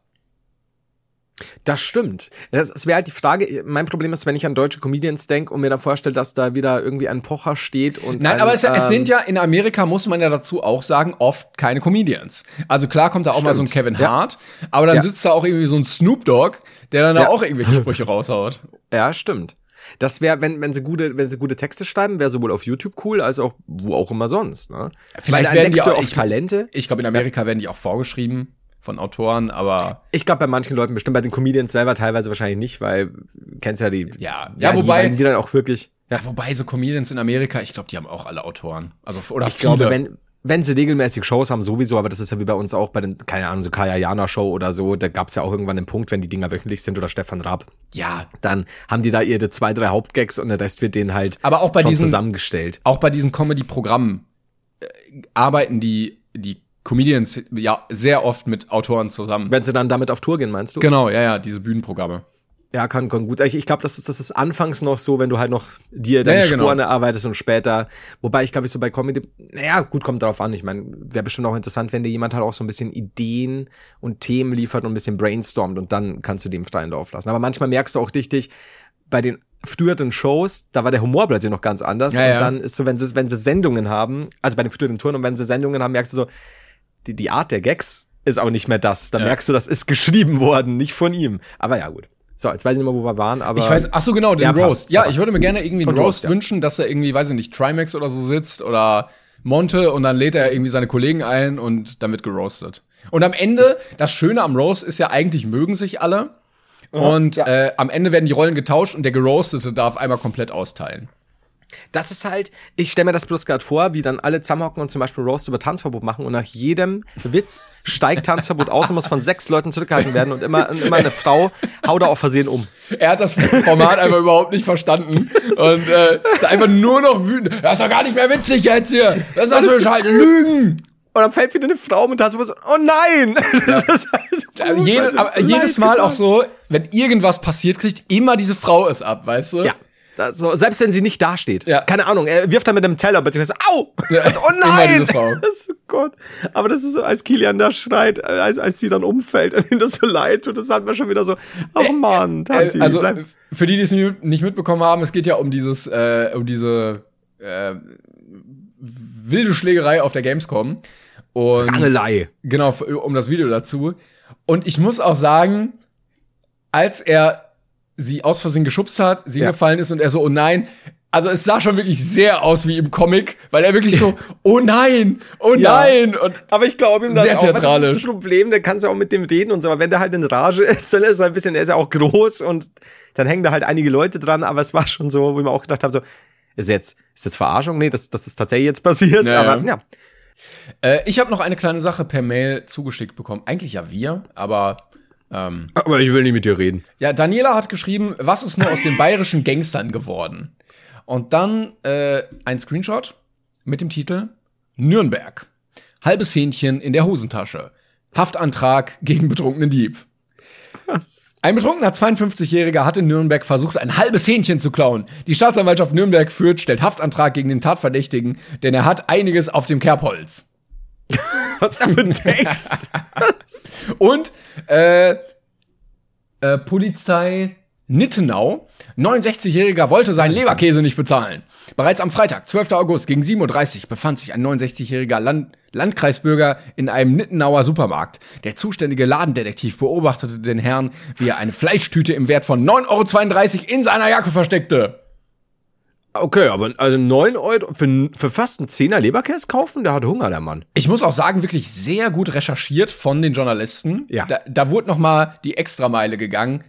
Das stimmt. Das wäre halt die Frage. Mein Problem ist, wenn ich an deutsche Comedians denke und mir dann vorstelle, dass da wieder irgendwie ein Pocher steht und nein, aber es sind ja in Amerika, muss man ja dazu auch sagen, oft keine Comedians. Also klar kommt da auch mal so ein Kevin Hart, aber dann sitzt da auch irgendwie so ein Snoop Dogg, der dann da auch irgendwelche Sprüche raushaut. Ja, stimmt. Das wäre, wenn sie gute Texte schreiben, wäre sowohl auf YouTube cool, als auch wo auch immer sonst. Ne? Vielleicht werden die auch auf Talente. Ich glaube, in Amerika werden die auch vorgeschrieben von Autoren, aber ich glaube bei manchen Leuten bestimmt, bei den Comedians selber teilweise wahrscheinlich nicht, weil kennst ja die wobei die dann auch wirklich wobei so Comedians in Amerika, ich glaube, die haben auch alle Autoren, also oder ich glaube, wenn sie regelmäßig Shows haben sowieso, aber das ist ja wie bei uns auch bei den, keine Ahnung, so Kaya Jana Show oder so, da gab's ja auch irgendwann den Punkt, wenn die Dinger wöchentlich sind oder Stefan Raab, dann haben die da ihre 2, 3 Hauptgags und der Rest wird denen halt aber auch bei schon zusammengestellt. Auch bei diesen Comedy-Programmen arbeiten die Comedians ja sehr oft mit Autoren zusammen. Wenn sie dann damit auf Tour gehen, meinst du? Genau, diese Bühnenprogramme. Ja, kann gut. Ich glaube, das ist anfangs noch so, wenn du halt noch dir deine Spuren erarbeitest und später. Wobei ich glaube, so bei Comedy, gut, kommt drauf an. Ich meine, wäre bestimmt auch interessant, wenn dir jemand halt auch so ein bisschen Ideen und Themen liefert und ein bisschen brainstormt und dann kannst du dem freien Lauf lassen. Aber manchmal merkst du auch richtig, bei den früheren Shows, da war der Humor plötzlich noch ganz anders. Und dann ist so, wenn sie Sendungen haben, also bei den früheren Touren und wenn sie Sendungen haben, merkst du so, die Art der Gags ist auch nicht mehr das. Da merkst du, das ist geschrieben worden, nicht von ihm. Aber ja, gut. So, jetzt weiß ich nicht mehr, wo wir waren, aber. Ich weiß, ach so, genau, den Ja, Roast. passt. Ja, Ja, ich würde mir gerne irgendwie einen Von Roast Roast, ja. wünschen, dass er irgendwie, weiß ich nicht, Trimax oder so sitzt oder Monte und dann lädt er irgendwie seine Kollegen ein und dann wird geroastet. Und am Ende, das Schöne am Roast ist ja eigentlich, mögen sich alle. Und am Ende werden die Rollen getauscht und der Geroastete darf einmal komplett austeilen. Das ist halt, ich stelle mir das bloß gerade vor, wie dann alle zusammenhocken und zum Beispiel Roast über Tanzverbot machen und nach jedem Witz steigt Tanzverbot aus und muss von 6 Leuten zurückgehalten werden und immer eine Frau haut da auf Versehen um. Er hat das Format einfach überhaupt nicht verstanden und ist einfach nur noch wütend. Das ist doch gar nicht mehr witzig jetzt hier. Was ist das für Scheiße? Lügen! Und dann fällt wieder eine Frau um und Tanzverbot so, oh nein! Das ist halt so gut, Aber jedes Mal getan. auch so, wenn irgendwas passiert, kriegt immer diese Frau es ab, weißt du? Ja. Das so, selbst wenn sie nicht dasteht. Ja. Keine Ahnung, er wirft dann mit einem Teller beziehungsweise au! Ja, Also, oh immer nein! diese Frau. Das ist, oh Gott. Aber das ist so, als Kilian da schreit, als sie dann umfällt und ihm das so leid tut, das hat man schon wieder so, oh Mann, Tanzi, Also, bleib. für die es nicht mitbekommen haben, es geht ja um diese wilde Schlägerei auf der Gamescom. Und Rangelei. genau, um das Video dazu. Und ich muss auch sagen, als er sie aus Versehen geschubst hat, sie gefallen ist und er so, oh nein. Also es sah schon wirklich sehr aus wie im Comic, weil er wirklich so, oh nein, oh nein. Und Aber ich glaube ihm das sehr auch, weil theatralisch. das ist das Problem, der kann ja auch mit dem reden und so, aber wenn der halt in Rage ist, dann ist er ein bisschen, er ist ja auch groß und dann hängen da halt einige Leute dran, aber es war schon so, wo ich mir auch gedacht habe, so, ist jetzt Verarschung? Nee, das ist tatsächlich jetzt passiert, Ja, aber ja. ja. Ich habe noch eine kleine Sache per Mail zugeschickt bekommen. Eigentlich ja wir, aber Aber ich will nicht mit dir reden. ja, Daniela hat geschrieben, was ist nur aus den bayerischen Gangstern geworden? Und dann ein Screenshot mit dem Titel Nürnberg. Halbes Hähnchen in der Hosentasche. Haftantrag gegen betrunkenen Dieb. Was? Ein betrunkener 52-Jähriger hat in Nürnberg versucht, ein halbes Hähnchen zu klauen. Die Staatsanwaltschaft Nürnberg stellt Haftantrag gegen den Tatverdächtigen, denn er hat einiges auf dem Kerbholz. Was ist da für ein Text? Und Polizei Nittenau. 69-Jähriger wollte seinen Leberkäse nicht bezahlen. Bereits am Freitag, 12. August, gegen 7:30 Uhr befand sich ein 69-jähriger Landkreisbürger in einem Nittenauer Supermarkt. Der zuständige Ladendetektiv beobachtete den Herrn, wie er eine Fleischtüte im Wert von 9,32 € in seiner Jacke versteckte. Okay, aber also 9 € für fast einen 10er Leberkäse kaufen? Der hat Hunger, der Mann. Ich muss auch sagen, wirklich sehr gut recherchiert von den Journalisten. Ja. Da wurde noch mal die Extrameile gegangen.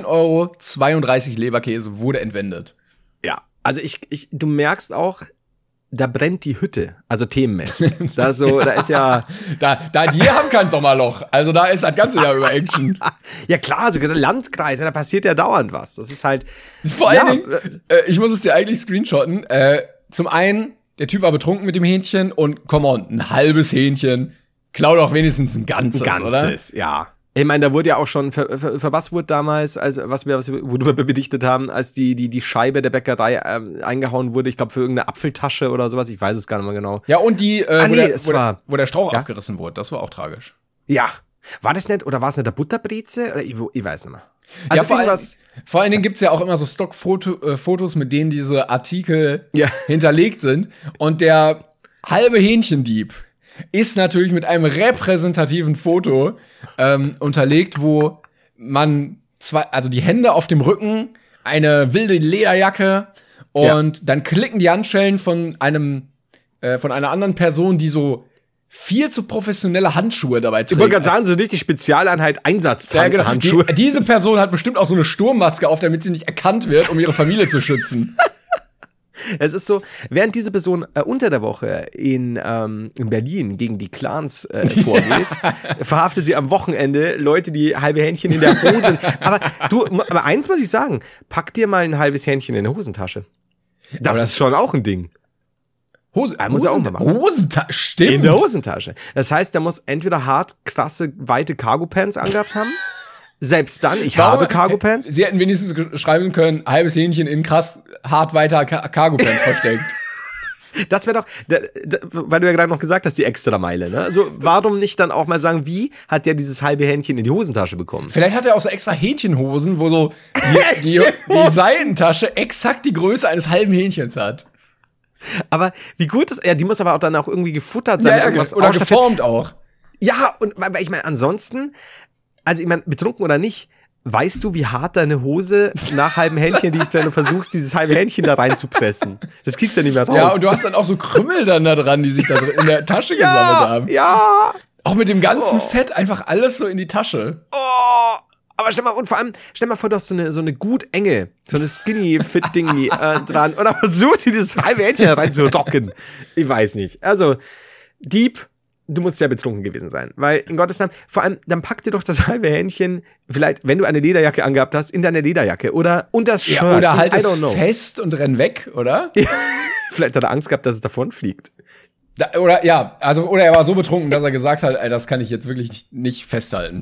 9,32 € Leberkäse wurde entwendet. Ja, also du merkst auch, da brennt die Hütte, also themenmäßig. Da ist ja, Die haben kein Sommerloch. Also da ist das ganze Jahr über Action. ja klar, sogar der Landkreis, da passiert ja dauernd was. Das ist halt, Vor allen Dingen, ich muss es dir eigentlich screenshotten. Zum einen, der Typ war betrunken mit dem Hähnchen und, come on, ein halbes Hähnchen. Klau doch wenigstens ein ganzes, oder? ja. Ich meine, da wurde ja auch schon, für was wurde damals, also worüber wir bedichtet haben, als die Scheibe der Bäckerei eingehauen wurde, ich glaube für irgendeine Apfeltasche oder sowas, ich weiß es gar nicht mehr genau. Ja, und die, wo der Strauch Ja? abgerissen wurde, das war auch tragisch. Ja. War das nicht, oder war es nicht der Butterbreze? Oder ich weiß nicht mehr. Also Ja, irgendwas. vor allen Dingen gibt's ja auch immer so Stockfotos, mit denen diese Artikel Ja. hinterlegt sind. Und der halbe Hähnchendieb ist natürlich mit einem repräsentativen Foto unterlegt, wo man also die Hände auf dem Rücken, eine wilde Lederjacke und dann klicken die Handschellen von einer anderen Person, die so viel zu professionelle Handschuhe dabei trägt. Ich wollte gerade sagen, so richtig Spezialeinheit Einsatzhandschuhe. Diese Person hat bestimmt auch so eine Sturmmaske auf, damit sie nicht erkannt wird, um ihre Familie zu schützen. Es ist so, während diese Person unter der Woche in Berlin gegen die Clans vorgeht, verhaftet sie am Wochenende Leute, die halbe Hähnchen in der Hose. Aber eins muss ich sagen, pack dir mal ein halbes Hähnchen in der Hosentasche. Das ist schon auch ein Ding. Muss er auch mal machen. Hosentasche, stimmt. In der Hosentasche. Das heißt, der muss entweder hart, krasse, weite Cargo-Pants angehabt haben. Selbst dann, ich habe Cargo-Pants. Sie hätten wenigstens schreiben können, halbes Hähnchen in krass hart weiter Cargo-Pants versteckt. Das wäre doch, weil du ja gerade noch gesagt hast, die Extrameile, ne? Also, warum nicht dann auch mal sagen, wie hat der dieses halbe Hähnchen in die Hosentasche bekommen? Vielleicht hat er auch so extra Hähnchenhosen, wo so die Seitentasche exakt die Größe eines halben Hähnchens hat. Aber wie gut ist die muss aber auch dann auch irgendwie gefuttert sein. Ja, irgendwas oder geformt auch. Ja, und weil ich meine, ansonsten, also ich meine, betrunken oder nicht, weißt du, wie hart deine Hose nach halbem Händchen liegt, wenn du versuchst, dieses halbe Händchen da reinzupressen? Das kriegst du ja nicht mehr raus. Ja, und du hast dann auch so Krümmel dann da dran, die sich da in der Tasche gesammelt haben. Ja. Auch mit dem ganzen Fett einfach alles so in die Tasche. Oh. Aber stell mal vor, du hast so eine gut enge, so eine Skinny-Fit-Dingy dran und dann versuchst du dieses halbe Händchen da rein zu rocken. Ich weiß nicht. Also, Dieb, du musst ja betrunken gewesen sein. Weil, in Gottes Namen, vor allem, dann pack dir doch das halbe Händchen, vielleicht, wenn du eine Lederjacke angehabt hast, in deine Lederjacke oder unter das Shirt. Ja, oder halt es fest und renn weg, oder? Vielleicht hat er Angst gehabt, dass es davon fliegt. Oder er war so betrunken, dass er gesagt hat, ey, das kann ich jetzt wirklich nicht festhalten.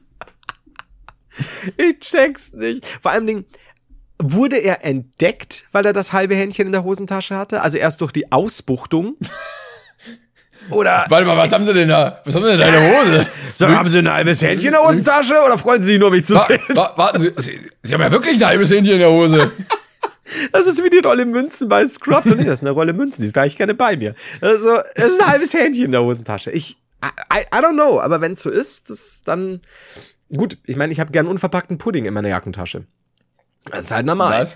Ich check's nicht. Vor allem Dingen, wurde er entdeckt, weil er das halbe Händchen in der Hosentasche hatte? Also erst durch die Ausbuchtung? Oder. Warte mal, was haben sie denn da? Was haben sie denn da in der Hose? So, haben sie ein halbes Händchen in der Hosentasche oder freuen sie sich nur, mich zu sehen? Warten Sie haben ja wirklich ein halbes Händchen in der Hose. Das ist wie die Rolle Münzen bei Scrubs. Und nee, das ist eine Rolle Münzen, die ist gleich gerne bei mir. Also, es ist ein halbes Händchen in der Hosentasche. I don't know, aber wenn es so ist, das dann. Gut, ich meine, ich habe gern unverpackten Pudding in meiner Jackentasche. Das ist halt normal. Was?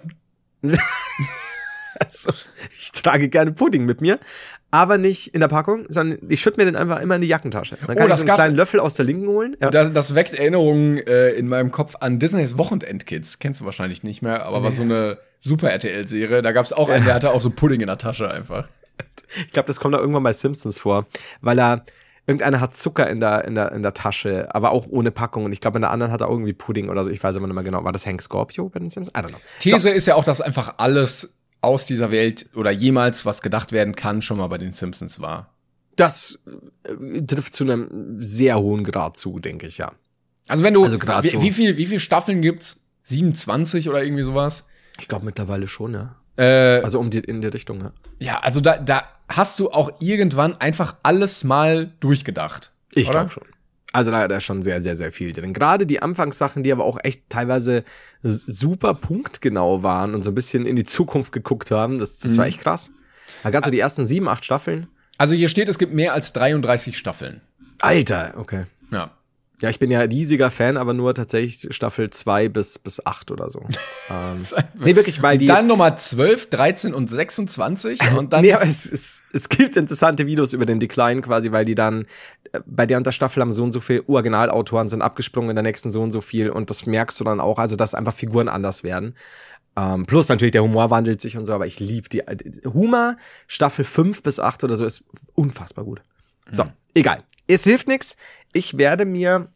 Also, ich trage gerne Pudding mit mir, aber nicht in der Packung, sondern ich schütte mir den einfach immer in die Jackentasche. Dann kann ich so einen kleinen Löffel aus der linken holen. Ja. Das weckt Erinnerungen in meinem Kopf an Disneys Wochenendkids. Kennst du wahrscheinlich nicht mehr, aber war so eine Super-RTL-Serie. Da gab's auch einen, der hatte auch so Pudding in der Tasche einfach. Ich glaube, das kommt da irgendwann bei Simpsons vor, weil irgendeiner hat Zucker in der Tasche, aber auch ohne Packung. Und ich glaube, in der anderen hat er irgendwie Pudding oder so. Ich weiß aber nicht mehr genau. War das Hank Scorpio bei den Simpsons? I don't know. These ist ja auch, dass einfach alles aus dieser Welt oder jemals was gedacht werden kann, schon mal bei den Simpsons war. Das trifft zu einem sehr hohen Grad zu, denke ich, ja. Also wenn du, wie viel Staffeln gibt's? 27 oder irgendwie sowas? Ich glaube mittlerweile schon, ja. Also in die Richtung, ja. Ja, also da hast du auch irgendwann einfach alles mal durchgedacht. Ich glaube schon. Also da ist schon sehr, sehr, sehr viel drin. Gerade die Anfangssachen, die aber auch echt teilweise super punktgenau waren und so ein bisschen in die Zukunft geguckt haben, das war echt krass. Da gab es so die ersten 7, 8 Staffeln. Also hier steht, es gibt mehr als 33 Staffeln. Alter, okay. Ja. Ja, ich bin ja riesiger Fan, aber nur tatsächlich Staffel 2 bis 8 oder so. Nee, wirklich, weil die. Dann Nummer 12, 13 und 26 und dann. Nee, aber es gibt interessante Videos über den Decline quasi, weil die dann bei der und der Staffel haben so und so viele Originalautoren sind abgesprungen, in der nächsten so und so viel und das merkst du dann auch, also dass einfach Figuren anders werden. Plus natürlich der Humor wandelt sich und so, aber ich liebe die Humor, Staffel 5 bis 8 oder so ist unfassbar gut. So, egal. Es hilft nichts. Ich werde mir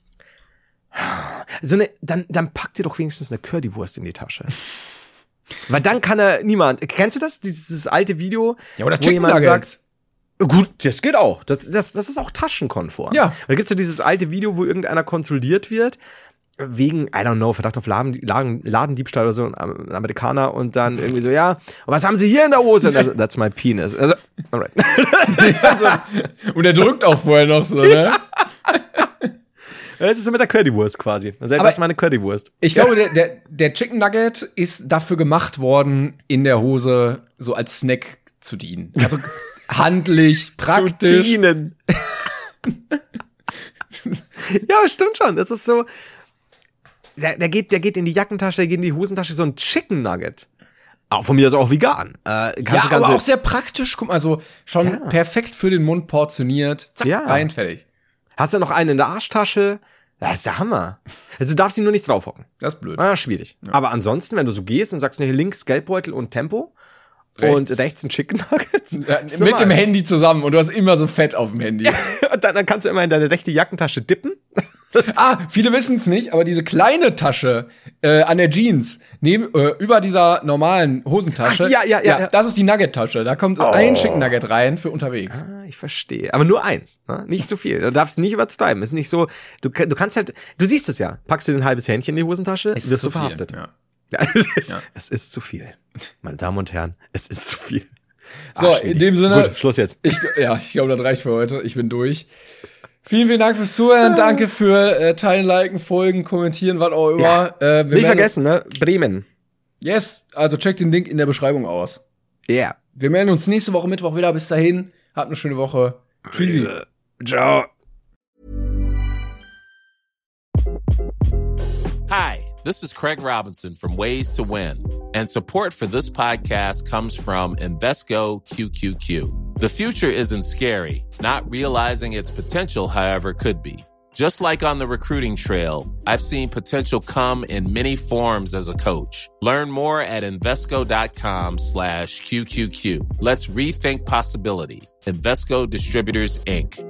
dann pack dir doch wenigstens eine Currywurst in die Tasche. Weil dann kann kennst du das? Dieses alte Video, ja, oder wo jemand Nuggets. sagt, gut, das geht auch. Das ist auch taschenkonform. Ja. Da gibt's ja dieses alte Video, wo irgendeiner kontrolliert wird, wegen, I don't know, Verdacht auf Ladendiebstahl oder so, ein Amerikaner und dann irgendwie so, ja, und was haben Sie hier in der Hose? Und also, that's my penis. Also, alright. Und er drückt auch vorher noch so, ne? Das ist so mit der Currywurst quasi. Also, das ist meine Currywurst. Ich glaube, der Chicken Nugget ist dafür gemacht worden, in der Hose so als Snack zu dienen. Also handlich, praktisch. Zu dienen. Ja, stimmt schon. Das ist so. Der geht in die Jackentasche, der geht in die Hosentasche, so ein Chicken Nugget. Auch von mir ist auch vegan. Aber auch sehr praktisch. Guck mal, so schon perfekt für den Mund portioniert. Zack, rein, fertig. Hast du noch einen in der Arschtasche? Das ist der Hammer. Also du darfst ihn nur nicht draufhocken. Das ist blöd. Schwierig. Ja. Aber ansonsten, wenn du so gehst und sagst, hier links Geldbeutel und Tempo und rechts ein Chicken Nugget. Mit dem Handy zusammen und du hast immer so Fett auf dem Handy. Und dann kannst du immer in deine rechte Jackentasche dippen. Viele wissen es nicht, aber diese kleine Tasche an der Jeans über dieser normalen Hosentasche, ja. Das ist die Nugget-Tasche. Da kommt ein Chicken Nugget rein für unterwegs. Ich verstehe. Aber nur eins, ne? Nicht zu viel. Du darfst nicht übertreiben. Es ist nicht so, du kannst halt, du siehst es ja. Packst du ein halbes Händchen in die Hosentasche, wirst du verhaftet. Ja. Es ist zu viel. Meine Damen und Herren, es ist zu viel. So, in dem Sinne. Gut, Schluss jetzt. Ich glaube, das reicht für heute. Ich bin durch. Vielen, vielen Dank fürs Zuhören. Danke für Teilen, Liken, Folgen, Kommentieren, was auch immer. Ja. Nicht vergessen, ne? Bremen. Yes, also checkt den Link in der Beschreibung aus. Ja. Yeah. Wir melden uns nächste Woche Mittwoch wieder. Bis dahin, habt eine schöne Woche. Tschüssi. Ciao. Hi, This is Craig Robinson from Ways to Win, and support for this podcast comes from Invesco QQQ. The future isn't scary. Not realizing its potential, however, could be. Just like on the recruiting trail, I've seen potential come in many forms as a coach. Learn more at Invesco.com/QQQ. Let's rethink possibility. Invesco Distributors, Inc.